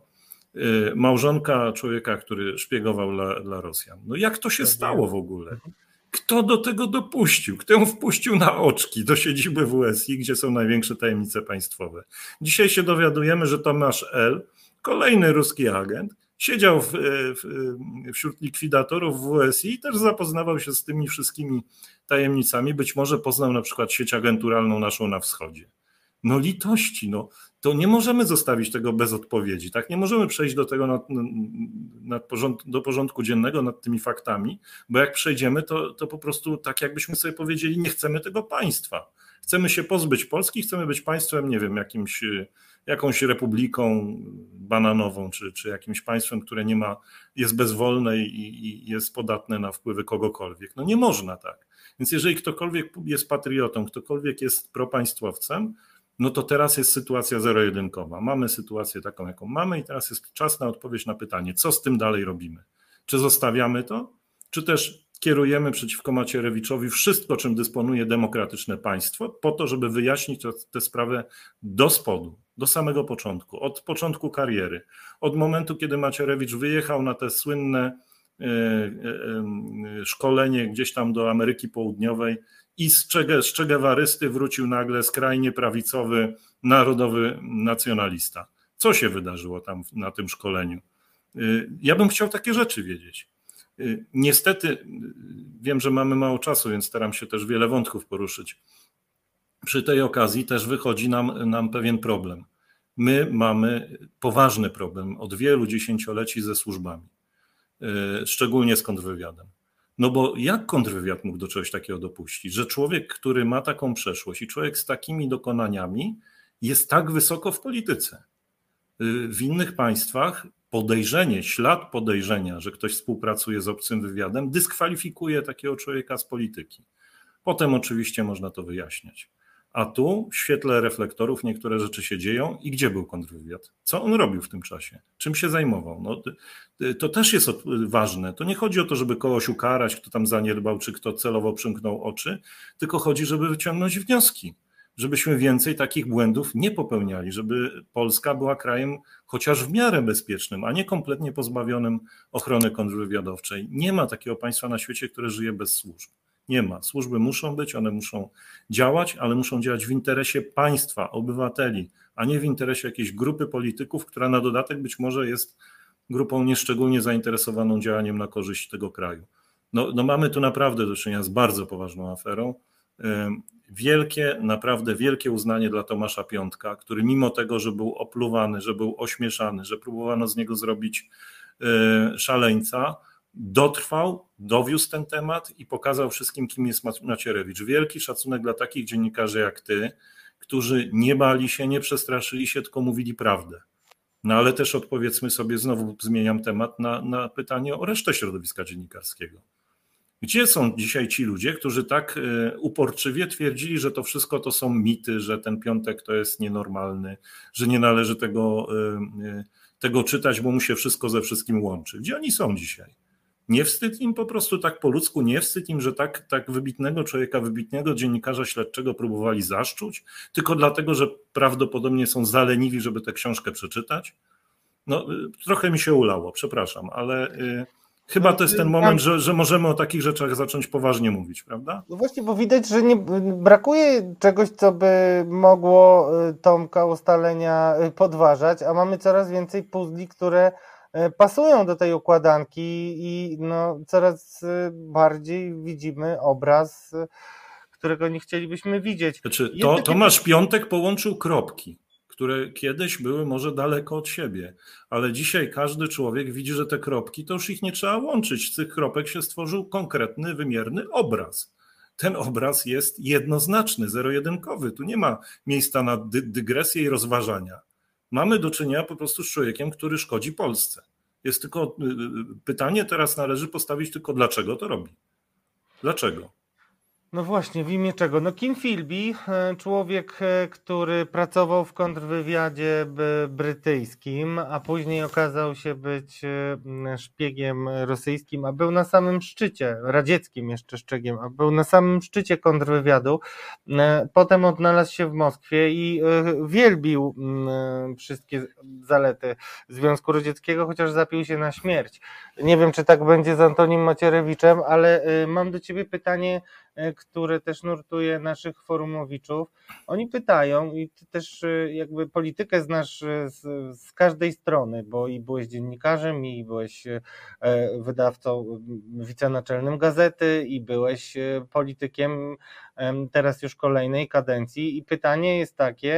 małżonka człowieka, który szpiegował dla Rosjan. No jak to się stało w ogóle? Kto do tego dopuścił? Kto ją wpuścił na oczki do siedziby WSI, gdzie są największe tajemnice państwowe? Dzisiaj się dowiadujemy, że Tomasz L., kolejny ruski agent, siedział wśród likwidatorów WSI i też zapoznawał się z tymi wszystkimi tajemnicami. Być może poznał na przykład sieć agenturalną naszą na wschodzie. No litości, no. to nie możemy zostawić tego bez odpowiedzi. Tak? Nie możemy przejść do tego do porządku dziennego nad tymi faktami, bo jak przejdziemy, to po prostu tak jakbyśmy sobie powiedzieli, nie chcemy tego państwa. Chcemy się pozbyć Polski, chcemy być państwem, nie wiem, jakąś republiką bananową, czy jakimś państwem, które jest bezwolne i jest podatne na wpływy kogokolwiek. No nie można tak. Więc jeżeli ktokolwiek jest patriotą, ktokolwiek jest propaństwowcem, no to teraz jest sytuacja zero-jedynkowa. Mamy sytuację taką, jaką mamy i teraz jest czas na odpowiedź na pytanie, co z tym dalej robimy? Czy zostawiamy to, czy też kierujemy przeciwko Macierewiczowi wszystko, czym dysponuje demokratyczne państwo, po to, żeby wyjaśnić tę sprawę do spodu, do samego początku, od początku kariery, od momentu, kiedy Macierewicz wyjechał na te słynne szkolenie gdzieś tam do Ameryki Południowej i z Che Guevarysty wrócił nagle skrajnie prawicowy, narodowy nacjonalista. Co się wydarzyło tam na tym szkoleniu? Ja bym chciał takie rzeczy wiedzieć. Niestety wiem, że mamy mało czasu, więc staram się też wiele wątków poruszyć. Przy tej okazji też wychodzi nam pewien problem. My mamy poważny problem od wielu dziesięcioleci ze służbami, szczególnie z kontrwywiadem. No bo jak kontrwywiad mógł do czegoś takiego dopuścić, że człowiek, który ma taką przeszłość i człowiek z takimi dokonaniami jest tak wysoko w polityce? W innych państwach ślad podejrzenia, że ktoś współpracuje z obcym wywiadem, dyskwalifikuje takiego człowieka z polityki. Potem oczywiście można to wyjaśniać. A tu w świetle reflektorów niektóre rzeczy się dzieją i gdzie był kontrwywiad? Co on robił w tym czasie? Czym się zajmował? No, to też jest ważne. To nie chodzi o to, żeby kogoś ukarać, kto tam zaniedbał, czy kto celowo przymknął oczy, tylko chodzi, żeby wyciągnąć wnioski, żebyśmy więcej takich błędów nie popełniali, żeby Polska była krajem chociaż w miarę bezpiecznym, a nie kompletnie pozbawionym ochrony kontrwywiadowczej. Nie ma takiego państwa na świecie, które żyje bez służb. Nie ma. Służby muszą być, one muszą działać, ale muszą działać w interesie państwa, obywateli, a nie w interesie jakiejś grupy polityków, która na dodatek być może jest grupą nieszczególnie zainteresowaną działaniem na korzyść tego kraju. No mamy tu naprawdę do czynienia z bardzo poważną aferą. Naprawdę wielkie uznanie dla Tomasza Piątka, który mimo tego, że był opluwany, że był ośmieszany, że próbowano z niego zrobić szaleńca, dotrwał, dowiózł ten temat i pokazał wszystkim, kim jest Macierewicz. Wielki szacunek dla takich dziennikarzy jak ty, którzy nie bali się, nie przestraszyli się, tylko mówili prawdę. No ale też odpowiedzmy sobie, znowu zmieniam temat, na pytanie o resztę środowiska dziennikarskiego. Gdzie są dzisiaj ci ludzie, którzy tak uporczywie twierdzili, że to wszystko to są mity, że ten Piątek to jest nienormalny, że nie należy tego czytać, bo mu się wszystko ze wszystkim łączy? Gdzie oni są dzisiaj? Nie wstyd im po prostu tak po ludzku, nie wstyd im, że tak wybitnego człowieka, wybitnego dziennikarza śledczego próbowali zaszczuć, tylko dlatego, że prawdopodobnie są zaleniwi, żeby tę książkę przeczytać? No trochę mi się ulało, przepraszam, ale chyba to jest ten moment, że możemy o takich rzeczach zacząć poważnie mówić, prawda?
No właśnie, bo widać, że nie brakuje czegoś, co by mogło Tomka ustalenia podważać, a mamy coraz więcej puzli, które pasują do tej układanki i no, coraz bardziej widzimy obraz, którego nie chcielibyśmy widzieć.
Znaczy, Tomasz Piątek połączył kropki, które kiedyś były może daleko od siebie, ale dzisiaj każdy człowiek widzi, że te kropki, to już ich nie trzeba łączyć. Z tych kropek się stworzył konkretny, wymierny obraz. Ten obraz jest jednoznaczny, zero-jedynkowy. Tu nie ma miejsca na dygresję i rozważania. Mamy do czynienia po prostu z człowiekiem, który szkodzi Polsce. Jest tylko pytanie, teraz należy postawić tylko, dlaczego to robi. Dlaczego?
No właśnie, w imię czego? No Kim Philby, człowiek, który pracował w kontrwywiadzie brytyjskim, a później okazał się być szpiegiem rosyjskim, a był na samym szczycie, radzieckim jeszcze szpiegiem, a był na samym szczycie kontrwywiadu. Potem odnalazł się w Moskwie i wielbił wszystkie zalety Związku Radzieckiego, chociaż zapił się na śmierć. Nie wiem, czy tak będzie z Antonim Macierewiczem, ale mam do ciebie pytanie, które też nurtuje naszych forumowiczów. Oni pytają, i ty też jakby politykę znasz z każdej strony, bo i byłeś dziennikarzem, i byłeś wydawcą, wicenaczelnym gazety, i byłeś politykiem teraz już kolejnej kadencji. I pytanie jest takie,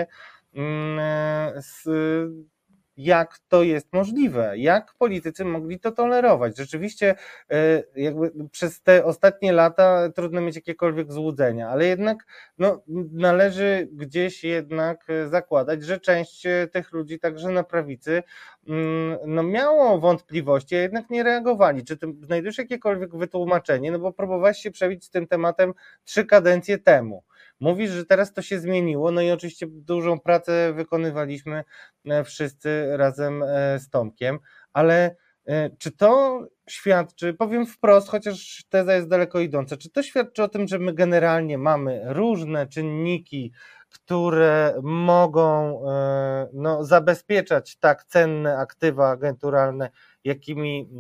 jak to jest możliwe, jak politycy mogli to tolerować. Rzeczywiście jakby przez te ostatnie lata trudno mieć jakiekolwiek złudzenia, ale jednak no, należy gdzieś jednak zakładać, że część tych ludzi także na prawicy no, miało wątpliwości, a jednak nie reagowali. Czy ty znajdujesz jakiekolwiek wytłumaczenie? No bo próbowałeś się przebić z tym tematem 3 kadencje temu. Mówisz, że teraz to się zmieniło, no i oczywiście dużą pracę wykonywaliśmy wszyscy razem z Tomkiem, ale czy to świadczy, powiem wprost, chociaż teza jest daleko idąca, czy to świadczy o tym, że my generalnie mamy różne czynniki, które mogą no, zabezpieczać tak cenne aktywa agenturalne, jakimi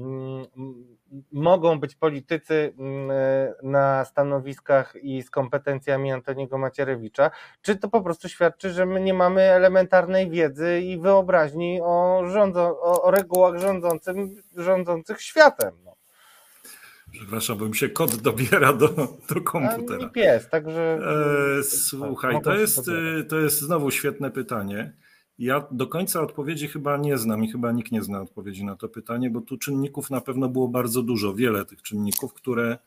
mogą być politycy na stanowiskach i z kompetencjami Antoniego Macierewicza, czy to po prostu świadczy, że my nie mamy elementarnej wiedzy i wyobraźni o regułach rządzących światem? No.
Przepraszam, bo mi się kod dobiera do komputera.
A pies, także...
Słuchaj, to jest znowu świetne pytanie. Ja do końca odpowiedzi chyba nie znam i chyba nikt nie zna odpowiedzi na to pytanie, bo tu czynników na pewno było bardzo dużo, wiele tych czynników, które,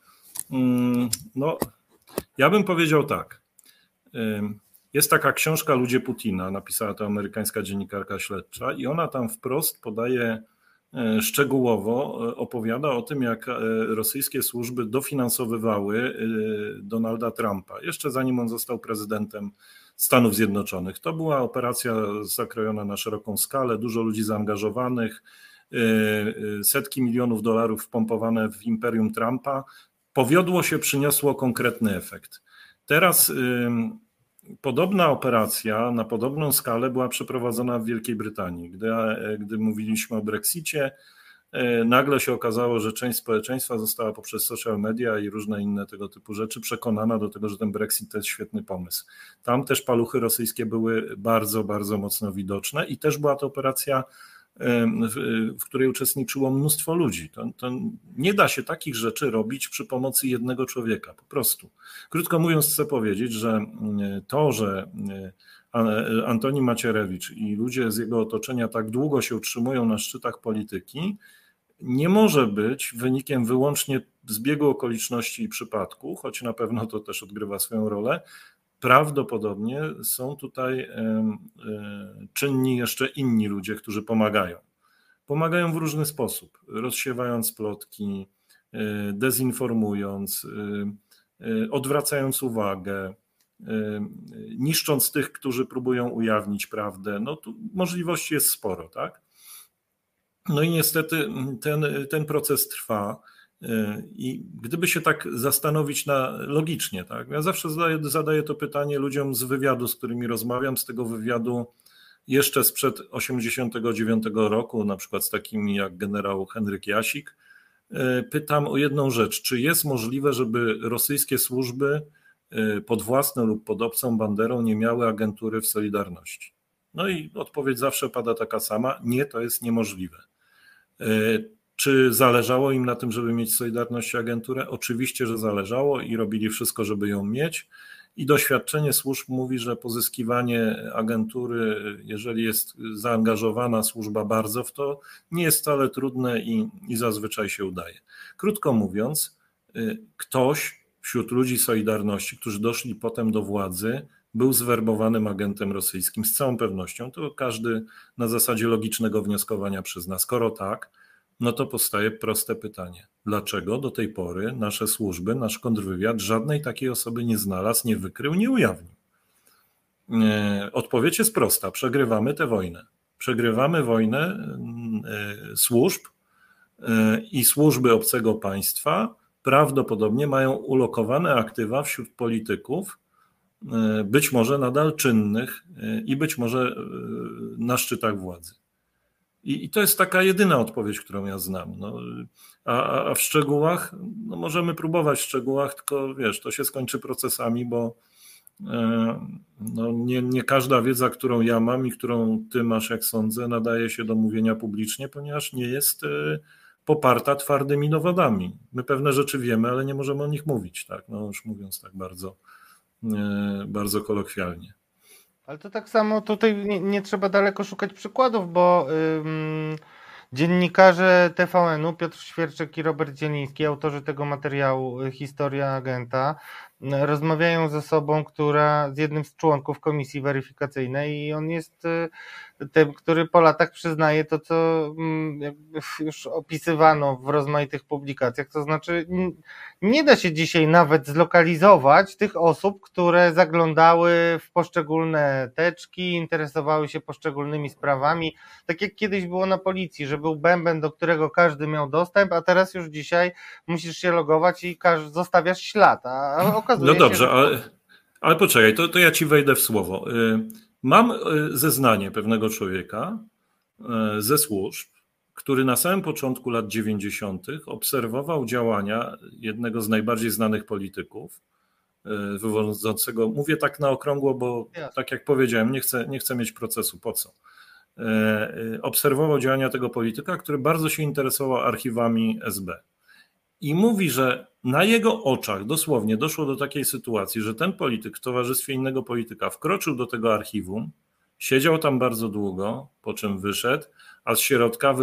no, ja bym powiedział tak. Jest taka książka Ludzie Putina, napisała to amerykańska dziennikarka śledcza i ona tam wprost podaje szczegółowo, opowiada o tym, jak rosyjskie służby dofinansowywały Donalda Trumpa, jeszcze zanim on został prezydentem Stanów Zjednoczonych. To była operacja zakrojona na szeroką skalę, dużo ludzi zaangażowanych, setki milionów dolarów wpompowane w imperium Trumpa. Powiodło się, przyniosło konkretny efekt. Teraz podobna operacja na podobną skalę była przeprowadzona w Wielkiej Brytanii. Gdy mówiliśmy o Brexicie, nagle się okazało, że część społeczeństwa została poprzez social media i różne inne tego typu rzeczy przekonana do tego, że ten Brexit to jest świetny pomysł. Tam też paluchy rosyjskie były bardzo, bardzo mocno widoczne i też była to operacja, w której uczestniczyło mnóstwo ludzi. To nie da się takich rzeczy robić przy pomocy jednego człowieka, po prostu. Krótko mówiąc, chcę powiedzieć, że to, że Antoni Macierewicz i ludzie z jego otoczenia tak długo się utrzymują na szczytach polityki, nie może być wynikiem wyłącznie zbiegu okoliczności i przypadku, choć na pewno to też odgrywa swoją rolę. Prawdopodobnie są tutaj czynni jeszcze inni ludzie, którzy pomagają. Pomagają w różny sposób, rozsiewając plotki, dezinformując, odwracając uwagę, niszcząc tych, którzy próbują ujawnić prawdę. No tu możliwości jest sporo, tak? No i niestety ten proces trwa. I gdyby się tak zastanowić logicznie, tak? Ja zawsze zadaję to pytanie ludziom z wywiadu, z którymi rozmawiam, z tego wywiadu jeszcze sprzed 1989 roku, na przykład z takimi jak generał Henryk Jasik, pytam o jedną rzecz, czy jest możliwe, żeby rosyjskie służby pod własną lub pod obcą banderą nie miały agentury w Solidarności? No i odpowiedź zawsze pada taka sama, nie, to jest niemożliwe. Czy zależało im na tym, żeby mieć Solidarność i agenturę? Oczywiście, że zależało i robili wszystko, żeby ją mieć. I doświadczenie służb mówi, że pozyskiwanie agentury, jeżeli jest zaangażowana służba bardzo w to, nie jest wcale trudne i zazwyczaj się udaje. Krótko mówiąc, ktoś wśród ludzi Solidarności, którzy doszli potem do władzy, był zwerbowanym agentem rosyjskim z całą pewnością. To każdy na zasadzie logicznego wnioskowania przyzna. Skoro tak, no to powstaje proste pytanie. Dlaczego do tej pory nasze służby, nasz kontrwywiad żadnej takiej osoby nie znalazł, nie wykrył, nie ujawnił? Odpowiedź jest prosta. Przegrywamy tę wojnę. Przegrywamy wojnę służb i służby obcego państwa prawdopodobnie mają ulokowane aktywa wśród polityków, być może nadal czynnych i być może na szczytach władzy. I to jest taka jedyna odpowiedź, którą ja znam. No, a w szczegółach, no możemy próbować w szczegółach, tylko wiesz, to się skończy procesami, bo no nie każda wiedza, którą ja mam i którą ty masz, jak sądzę, nadaje się do mówienia publicznie, ponieważ nie jest poparta twardymi dowodami. My pewne rzeczy wiemy, ale nie możemy o nich mówić, tak? No już mówiąc tak bardzo kolokwialnie.
Ale to tak samo tutaj nie trzeba daleko szukać przykładów, bo dziennikarze TVN-u, Piotr Świerczek i Robert Zieliński, autorzy tego materiału Historia Agenta, rozmawiają ze sobą, z jednym z członków komisji weryfikacyjnej, i on jest tym, który po latach przyznaje to, co jakby już opisywano w rozmaitych publikacjach. To znaczy, nie da się dzisiaj nawet zlokalizować tych osób, które zaglądały w poszczególne teczki, interesowały się poszczególnymi sprawami, tak jak kiedyś było na policji, że był bęben, do którego każdy miał dostęp, a teraz już dzisiaj musisz się logować i zostawiasz ślad, a okazuje
No dobrze,
się,
ale poczekaj, to ja ci wejdę w słowo. Mam zeznanie pewnego człowieka ze służb, który na samym początku lat 90. obserwował działania jednego z najbardziej znanych polityków wywodzącego, mówię tak na okrągło, bo tak jak powiedziałem, nie chcę mieć procesu, po co? Obserwował działania tego polityka, który bardzo się interesował archiwami SB. I mówi, że na jego oczach dosłownie doszło do takiej sytuacji, że ten polityk w towarzystwie innego polityka wkroczył do tego archiwum, siedział tam bardzo długo, po czym wyszedł, a z środka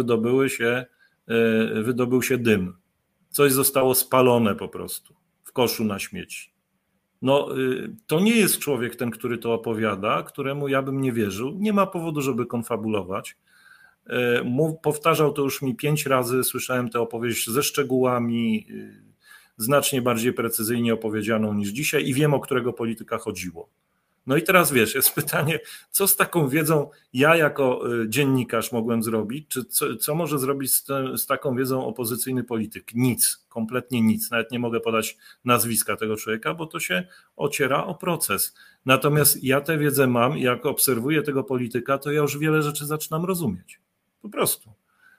wydobył się dym. Coś zostało spalone po prostu w koszu na śmieci. No, to nie jest człowiek ten, który to opowiada, któremu ja bym nie wierzył. Nie ma powodu, żeby konfabulować. Powtarzał to już mi 5 razy, słyszałem tę opowieść ze szczegółami, znacznie bardziej precyzyjnie opowiedzianą niż dzisiaj i wiem, o którego polityka chodziło. No i teraz wiesz, jest pytanie, co z taką wiedzą ja jako dziennikarz mogłem zrobić, czy co może zrobić z taką wiedzą opozycyjny polityk? Nic, kompletnie nic. Nawet nie mogę podać nazwiska tego człowieka, bo to się ociera o proces. Natomiast ja tę wiedzę mam i jak obserwuję tego polityka, to ja już wiele rzeczy zaczynam rozumieć. Po prostu.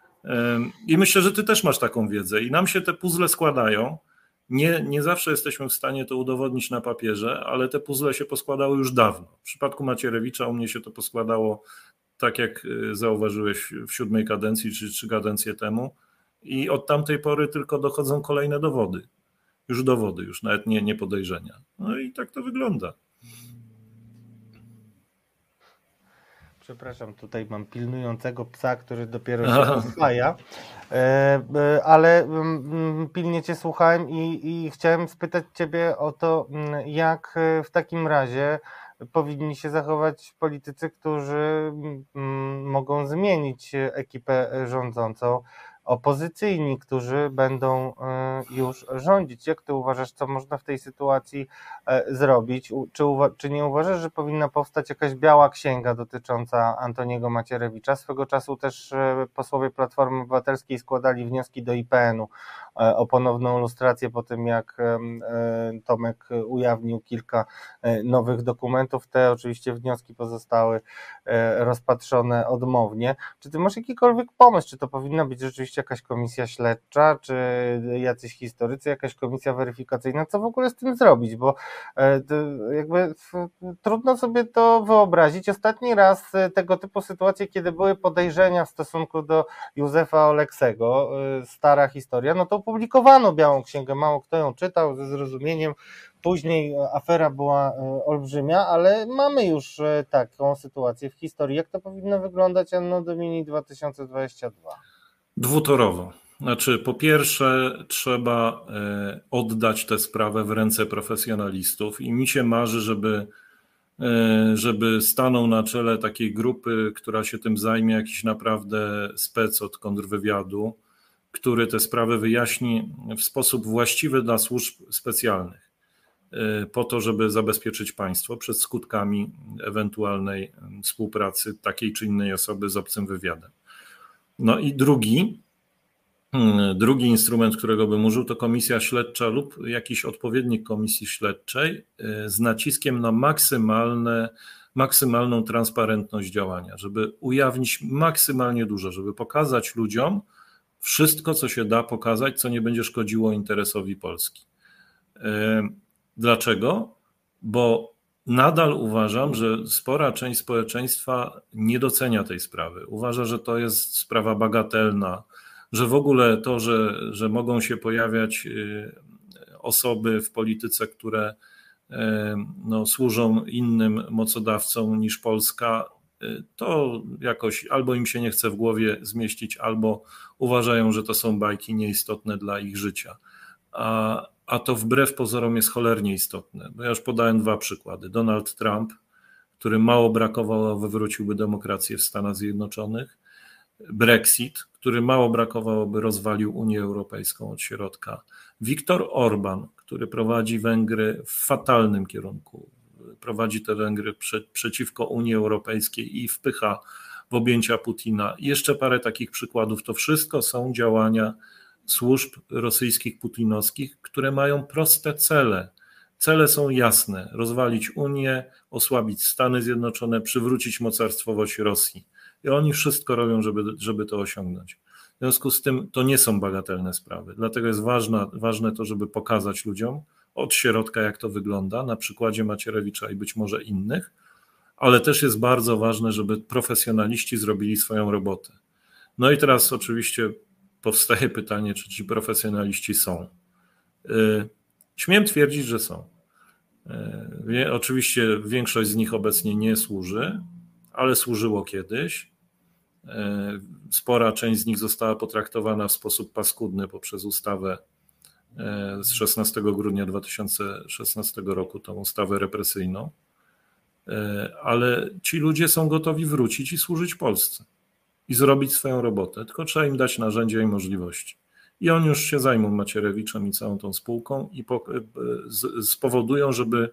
I myślę, że ty też masz taką wiedzę i nam się te puzzle składają. Nie zawsze jesteśmy w stanie to udowodnić na papierze, ale te puzzle się poskładały już dawno. W przypadku Macierewicza u mnie się to poskładało, tak jak zauważyłeś, w 7. kadencji czy 3 kadencje temu, i od tamtej pory tylko dochodzą kolejne dowody. Już nawet nie podejrzenia. No i tak to wygląda.
Przepraszam, tutaj mam pilnującego psa, który dopiero się oswaja, ale pilnie cię słuchałem i chciałem spytać ciebie o to, jak w takim razie powinni się zachować politycy, którzy mogą zmienić ekipę rządzącą, opozycyjni, którzy będą już rządzić. Jak ty uważasz, co można w tej sytuacji zrobić? Czy nie uważasz, że powinna powstać jakaś biała księga dotycząca Antoniego Macierewicza? Swego czasu też posłowie Platformy Obywatelskiej składali wnioski do IPN-u o ponowną lustrację po tym, jak Tomek ujawnił kilka nowych dokumentów. Te oczywiście wnioski pozostały rozpatrzone odmownie. Czy ty masz jakikolwiek pomysł, czy to powinna być rzeczywiście jakaś komisja śledcza, czy jacyś historycy, jakaś komisja weryfikacyjna? Co w ogóle z tym zrobić? Bo jakby trudno sobie to wyobrazić. Ostatni raz tego typu sytuacje, kiedy były podejrzenia w stosunku do Józefa Oleksego, stara historia, no to opublikowano białą księgę, mało kto ją czytał ze zrozumieniem. Później afera była olbrzymia, ale mamy już taką sytuację w historii. Jak to powinno wyglądać Anno Domini 2022?
Dwutorowo. Znaczy, po pierwsze, trzeba oddać tę sprawę w ręce profesjonalistów i mi się marzy, żeby stanął na czele takiej grupy, która się tym zajmie, jakiś naprawdę spec od kontrwywiadu, który te sprawy wyjaśni w sposób właściwy dla służb specjalnych, po to, żeby zabezpieczyć państwo przed skutkami ewentualnej współpracy takiej czy innej osoby z obcym wywiadem. No i drugi instrument, którego bym użył, to komisja śledcza lub jakiś odpowiednik komisji śledczej z naciskiem na maksymalną transparentność działania, żeby ujawnić maksymalnie dużo, żeby pokazać ludziom wszystko, co się da pokazać, co nie będzie szkodziło interesowi Polski. Dlaczego? Bo nadal uważam, że spora część społeczeństwa nie docenia tej sprawy. Uważa, że to jest sprawa bagatelna, że w ogóle to, że mogą się pojawiać osoby w polityce, które służą innym mocodawcom niż Polska, to jakoś albo im się nie chce w głowie zmieścić, albo uważają, że to są bajki nieistotne dla ich życia. A to wbrew pozorom jest cholernie istotne. Bo ja już podałem 2 przykłady. Donald Trump, który mało brakowało, wywróciłby demokrację w Stanach Zjednoczonych. Brexit, który mało brakowało, by rozwalił Unię Europejską od środka. Viktor Orban, który prowadzi Węgry w fatalnym kierunku. Prowadzi te Węgry przeciwko Unii Europejskiej i wpycha w objęcia Putina. I jeszcze parę takich przykładów. To wszystko są działania służb rosyjskich, putinowskich, które mają proste cele. Cele są jasne. Rozwalić Unię, osłabić Stany Zjednoczone, przywrócić mocarstwowość Rosji. I oni wszystko robią, żeby to osiągnąć. W związku z tym to nie są bagatelne sprawy. Dlatego jest ważne to, żeby pokazać ludziom od środka, jak to wygląda, na przykładzie Macierewicza i być może innych, ale też jest bardzo ważne, żeby profesjonaliści zrobili swoją robotę. No i teraz oczywiście powstaje pytanie, czy ci profesjonaliści są. Śmiem twierdzić, że są. Oczywiście większość z nich obecnie nie służy, ale służyło kiedyś. Spora część z nich została potraktowana w sposób paskudny poprzez ustawę z 16 grudnia 2016 roku, tą ustawę represyjną, ale ci ludzie są gotowi wrócić i służyć Polsce i zrobić swoją robotę, tylko trzeba im dać narzędzia i możliwości. I oni już się zajmą Macierewiczem i całą tą spółką i spowodują, żeby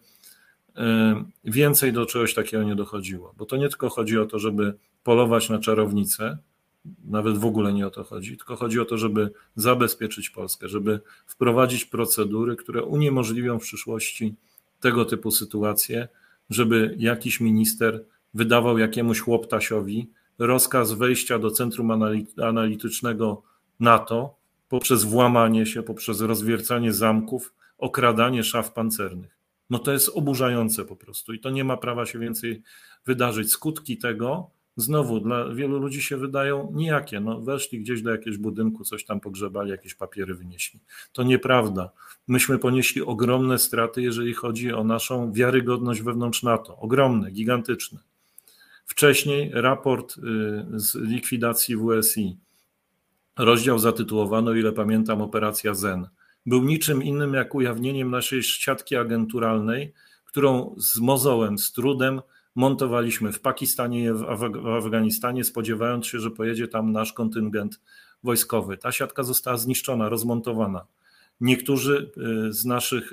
więcej do czegoś takiego nie dochodziło. Bo to nie tylko chodzi o to, żeby polować na czarownicę, nawet w ogóle nie o to chodzi, tylko chodzi o to, żeby zabezpieczyć Polskę, żeby wprowadzić procedury, które uniemożliwią w przyszłości tego typu sytuacje, żeby jakiś minister wydawał jakiemuś chłoptasiowi rozkaz wejścia do centrum analitycznego NATO poprzez włamanie się, poprzez rozwiercanie zamków, okradanie szaf pancernych. No to jest oburzające po prostu i to nie ma prawa się więcej wydarzyć. Skutki tego znowu dla wielu ludzi się wydają nijakie. No weszli gdzieś do jakiegoś budynku, coś tam pogrzebali, jakieś papiery wynieśli. To nieprawda. Myśmy ponieśli ogromne straty, jeżeli chodzi o naszą wiarygodność wewnątrz NATO. Ogromne, gigantyczne. Wcześniej raport z likwidacji WSI, rozdział zatytułowany, o ile pamiętam, Operacja Zen, był niczym innym jak ujawnieniem naszej siatki agenturalnej, którą z mozołem, z trudem montowaliśmy w Pakistanie i w Afganistanie, spodziewając się, że pojedzie tam nasz kontyngent wojskowy. Ta siatka została zniszczona, rozmontowana. Niektórzy z naszych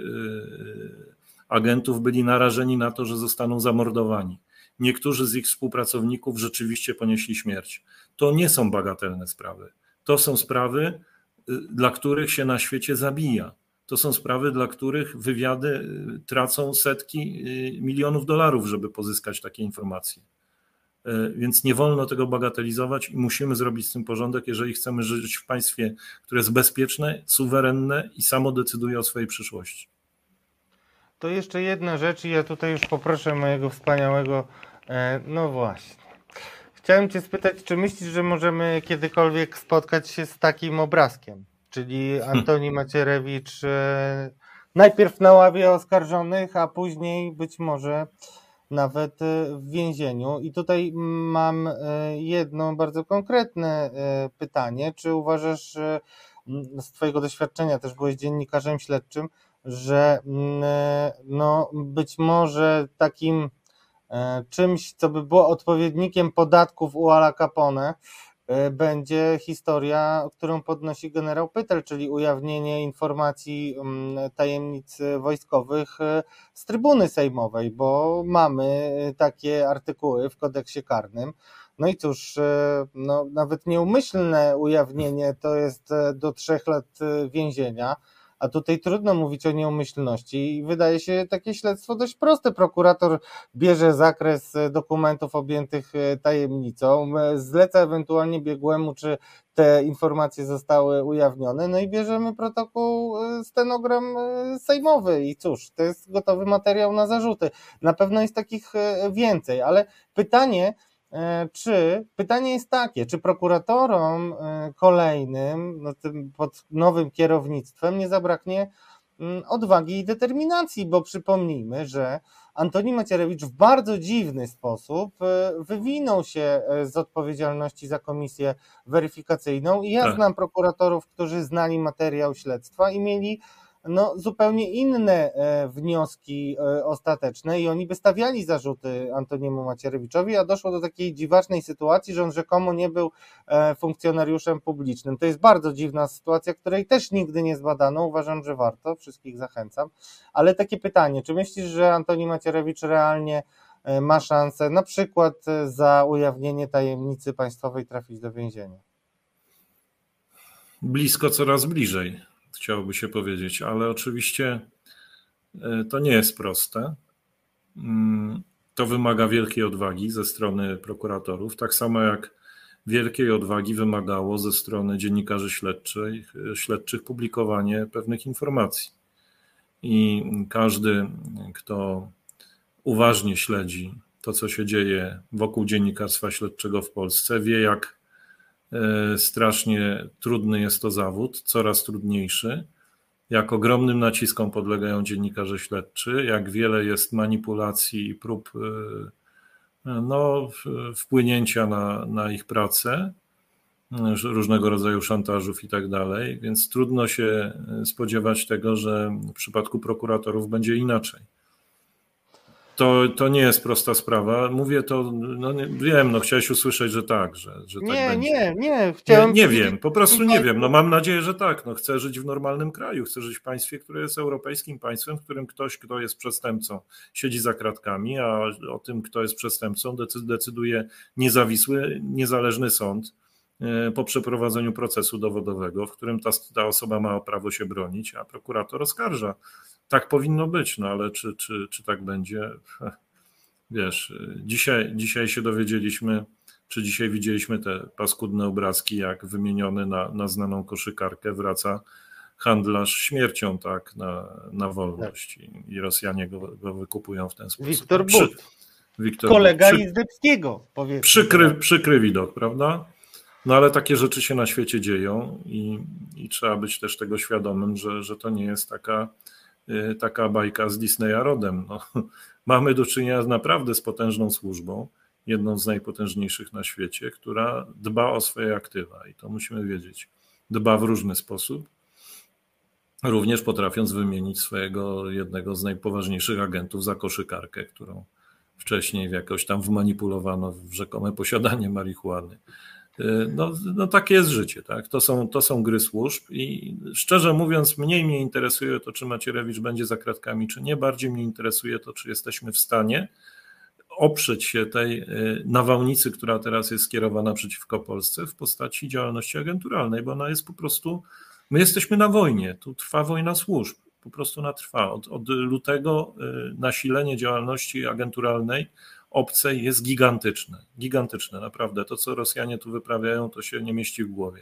agentów byli narażeni na to, że zostaną zamordowani. Niektórzy z ich współpracowników rzeczywiście ponieśli śmierć. To nie są bagatelne sprawy. To są sprawy, dla których się na świecie zabija. To są sprawy, dla których wywiady tracą setki milionów dolarów, żeby pozyskać takie informacje. Więc nie wolno tego bagatelizować i musimy zrobić z tym porządek, jeżeli chcemy żyć w państwie, które jest bezpieczne, suwerenne i samo decyduje o swojej przyszłości.
To jeszcze jedna rzecz i ja tutaj już poproszę mojego wspaniałego, no właśnie. Chciałem Cię spytać, czy myślisz, że możemy kiedykolwiek spotkać się z takim obrazkiem? Czyli Antoni Macierewicz najpierw na ławie oskarżonych, a później być może nawet w więzieniu. I tutaj mam jedno bardzo konkretne pytanie. Czy uważasz, z Twojego doświadczenia też byłeś dziennikarzem śledczym, że no być może takim czymś, co by było odpowiednikiem podatków u Ala Capone, będzie historia, którą podnosi generał Pytel, czyli ujawnienie informacji tajemnic wojskowych z trybuny sejmowej, bo mamy takie artykuły w kodeksie karnym. No i cóż, no, nawet nieumyślne ujawnienie to jest do 3 lat więzienia, a tutaj trudno mówić o nieumyślności i wydaje się takie śledztwo dość proste. Prokurator bierze zakres dokumentów objętych tajemnicą, zleca ewentualnie biegłemu, czy te informacje zostały ujawnione, no i bierzemy protokół, stenogram sejmowy i cóż, to jest gotowy materiał na zarzuty. Na pewno jest takich więcej, ale pytanie jest takie, czy prokuratorom kolejnym, no tym pod nowym kierownictwem nie zabraknie odwagi i determinacji, bo przypomnijmy, że Antoni Macierewicz w bardzo dziwny sposób wywinął się z odpowiedzialności za komisję weryfikacyjną i ja znam prokuratorów, którzy znali materiał śledztwa i mieli zupełnie inne wnioski ostateczne i oni by stawiali zarzuty Antoniemu Macierewiczowi, a doszło do takiej dziwacznej sytuacji, że on rzekomo nie był funkcjonariuszem publicznym. To jest bardzo dziwna sytuacja, której też nigdy nie zbadano. Uważam, że warto, wszystkich zachęcam. Ale takie pytanie, czy myślisz, że Antoni Macierewicz realnie ma szansę na przykład za ujawnienie tajemnicy państwowej trafić do więzienia?
Blisko, coraz bliżej, chciałoby się powiedzieć, ale oczywiście to nie jest proste. To wymaga wielkiej odwagi ze strony prokuratorów, tak samo jak wielkiej odwagi wymagało ze strony dziennikarzy śledczych publikowanie pewnych informacji. I każdy, kto uważnie śledzi to, co się dzieje wokół dziennikarstwa śledczego w Polsce, wie, jak strasznie trudny jest to zawód, coraz trudniejszy, jak ogromnym naciskom podlegają dziennikarze śledczy, jak wiele jest manipulacji i prób wpłynięcia na ich pracę, różnego rodzaju szantażów i tak dalej, więc trudno się spodziewać tego, że w przypadku prokuratorów będzie inaczej. To nie jest prosta sprawa. Mówię to, wiem, chciałeś usłyszeć, że tak, że tak będzie.
Nie.
Nie wiem, po prostu nie wiem. Mam nadzieję, że tak. Chcę żyć w normalnym kraju, chcę żyć w państwie, które jest europejskim państwem, w którym ktoś, kto jest przestępcą, siedzi za kratkami, a o tym, kto jest przestępcą, decyduje niezawisły, niezależny sąd po przeprowadzeniu procesu dowodowego, w którym ta osoba ma prawo się bronić, a prokurator oskarża. Tak powinno być, ale czy tak będzie? Wiesz, dzisiaj się dowiedzieliśmy, czy dzisiaj widzieliśmy te paskudne obrazki, jak wymieniony na znaną koszykarkę wraca handlarz śmiercią, tak, na wolność. I Rosjanie go wykupują w ten sposób.
Wiktor kolega Izdebskiego, powiedzmy.
Przykry widok, prawda? Ale takie rzeczy się na świecie dzieją i trzeba być też tego świadomym, że to nie jest taka bajka z Disneya rodem. Mamy do czynienia naprawdę z potężną służbą, jedną z najpotężniejszych na świecie, która dba o swoje aktywa i to musimy wiedzieć. Dba w różny sposób, również potrafiąc wymienić swojego jednego z najpoważniejszych agentów za koszykarkę, którą wcześniej jakoś tam wmanipulowano w rzekome posiadanie marihuany. Takie jest życie, tak? To są gry służb i szczerze mówiąc mniej mnie interesuje to, czy Macierewicz będzie za kratkami, czy nie. Bardziej mnie interesuje to, czy jesteśmy w stanie oprzeć się tej nawałnicy, która teraz jest skierowana przeciwko Polsce w postaci działalności agenturalnej, bo ona jest po prostu, my jesteśmy na wojnie, tu trwa wojna służb, po prostu ona trwa. Od lutego nasilenie działalności agenturalnej obcej jest gigantyczne, naprawdę. To, co Rosjanie tu wyprawiają, to się nie mieści w głowie.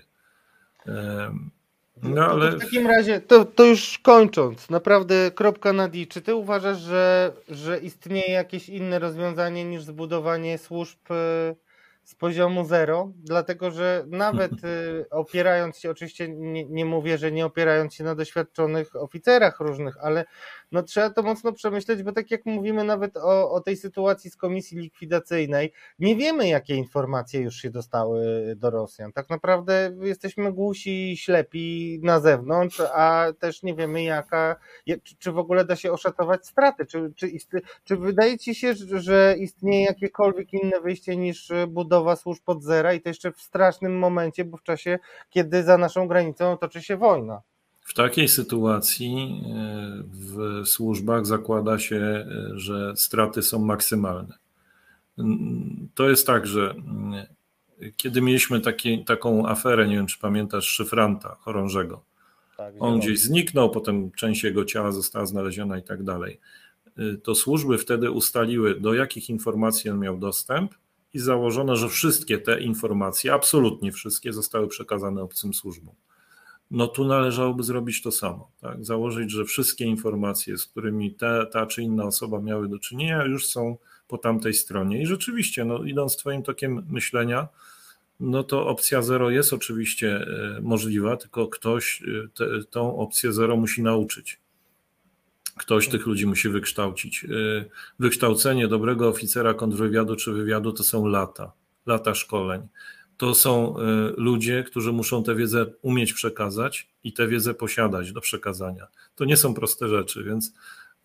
Ale
w takim razie, to już kończąc, naprawdę kropka nad i. Czy ty uważasz, że istnieje jakieś inne rozwiązanie niż zbudowanie służb z poziomu zero? Dlatego, że nawet opierając się, oczywiście nie mówię, że nie opierając się na doświadczonych oficerach różnych, ale trzeba to mocno przemyśleć, bo tak jak mówimy nawet o tej sytuacji z komisji likwidacyjnej, nie wiemy, jakie informacje już się dostały do Rosjan. Tak naprawdę jesteśmy głusi i ślepi na zewnątrz, a też nie wiemy, czy w ogóle da się oszacować straty. Czy wydaje ci się, że istnieje jakiekolwiek inne wyjście niż budowa służb od zera i to jeszcze w strasznym momencie, bo w czasie, kiedy za naszą granicą toczy się wojna?
W takiej sytuacji w służbach zakłada się, że straty są maksymalne. To jest tak, że kiedy mieliśmy taką aferę, nie wiem, czy pamiętasz, szyfranta chorążego, tak, on gdzieś zniknął, potem część jego ciała została znaleziona i tak dalej. To służby wtedy ustaliły, do jakich informacji on miał dostęp i założono, że wszystkie te informacje, absolutnie wszystkie, zostały przekazane obcym służbom. Tu należałoby zrobić to samo, tak? Założyć, że wszystkie informacje, z którymi ta czy inna osoba miały do czynienia, już są po tamtej stronie. I rzeczywiście, idąc twoim tokiem myślenia, to opcja zero jest oczywiście możliwa, tylko ktoś tą opcję zero musi nauczyć. Ktoś tych ludzi musi wykształcić. Wykształcenie dobrego oficera kontrwywiadu czy wywiadu to są lata szkoleń. To są ludzie, którzy muszą tę wiedzę umieć przekazać i tę wiedzę posiadać do przekazania. To nie są proste rzeczy, więc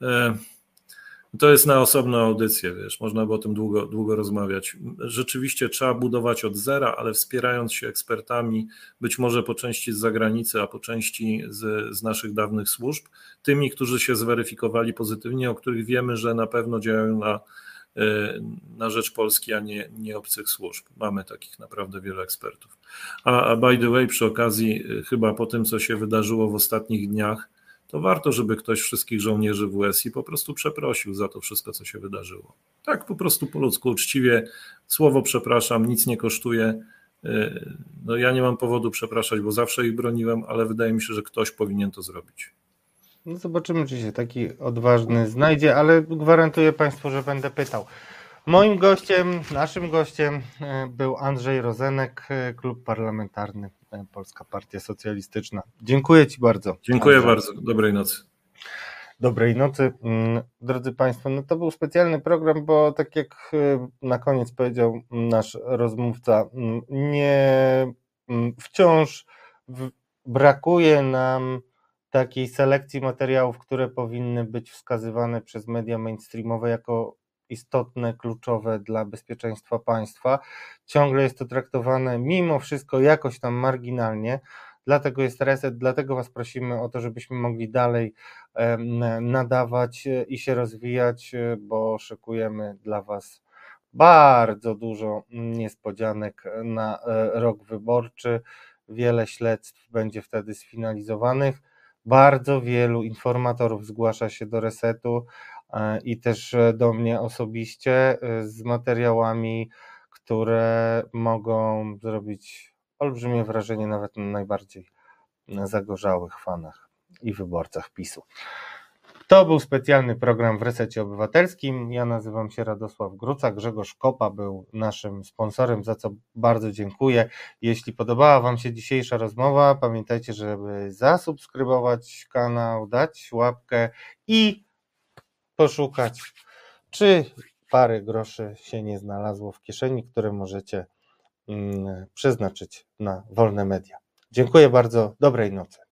to jest na osobną audycję, wiesz, można by o tym długo rozmawiać. Rzeczywiście trzeba budować od zera, ale wspierając się ekspertami, być może po części z zagranicy, a po części z naszych dawnych służb, tymi, którzy się zweryfikowali pozytywnie, o których wiemy, że na pewno działają na rzecz Polski, a nie obcych służb. Mamy takich naprawdę wiele ekspertów. A by the way, przy okazji, chyba po tym, co się wydarzyło w ostatnich dniach, to warto, żeby ktoś wszystkich żołnierzy WSI po prostu przeprosił za to wszystko, co się wydarzyło. Tak po prostu po ludzku, uczciwie, słowo przepraszam, nic nie kosztuje. No ja nie mam powodu przepraszać, bo zawsze ich broniłem, ale wydaje mi się, że ktoś powinien to zrobić.
No zobaczymy, czy się taki odważny znajdzie, ale gwarantuję Państwu, że będę pytał. Moim gościem, naszym gościem był Andrzej Rozenek, Klub Parlamentarny Polska Partia Socjalistyczna. Dziękuję Ci bardzo.
Dziękuję
Andrzej.
bardzo. Dobrej nocy.
Dobrej nocy. Drodzy Państwo, no to był specjalny program, bo tak jak na koniec powiedział nasz rozmówca, wciąż brakuje nam takiej selekcji materiałów, które powinny być wskazywane przez media mainstreamowe jako istotne, kluczowe dla bezpieczeństwa państwa. Ciągle jest to traktowane mimo wszystko jakoś tam marginalnie. Dlatego jest reset, dlatego Was prosimy o to, żebyśmy mogli dalej nadawać i się rozwijać, bo szykujemy dla Was bardzo dużo niespodzianek na rok wyborczy. Wiele śledztw będzie wtedy sfinalizowanych. Bardzo wielu informatorów zgłasza się do resetu i też do mnie osobiście z materiałami, które mogą zrobić olbrzymie wrażenie nawet na najbardziej zagorzałych fanach i wyborcach PiS-u. To był specjalny program w Resecie Obywatelskim. Ja nazywam się Radosław Gruca. Grzegorz Kopa był naszym sponsorem, za co bardzo dziękuję. Jeśli podobała Wam się dzisiejsza rozmowa, pamiętajcie, żeby zasubskrybować kanał, dać łapkę i poszukać, czy parę groszy się nie znalazło w kieszeni, które możecie przeznaczyć na wolne media. Dziękuję bardzo, dobrej nocy.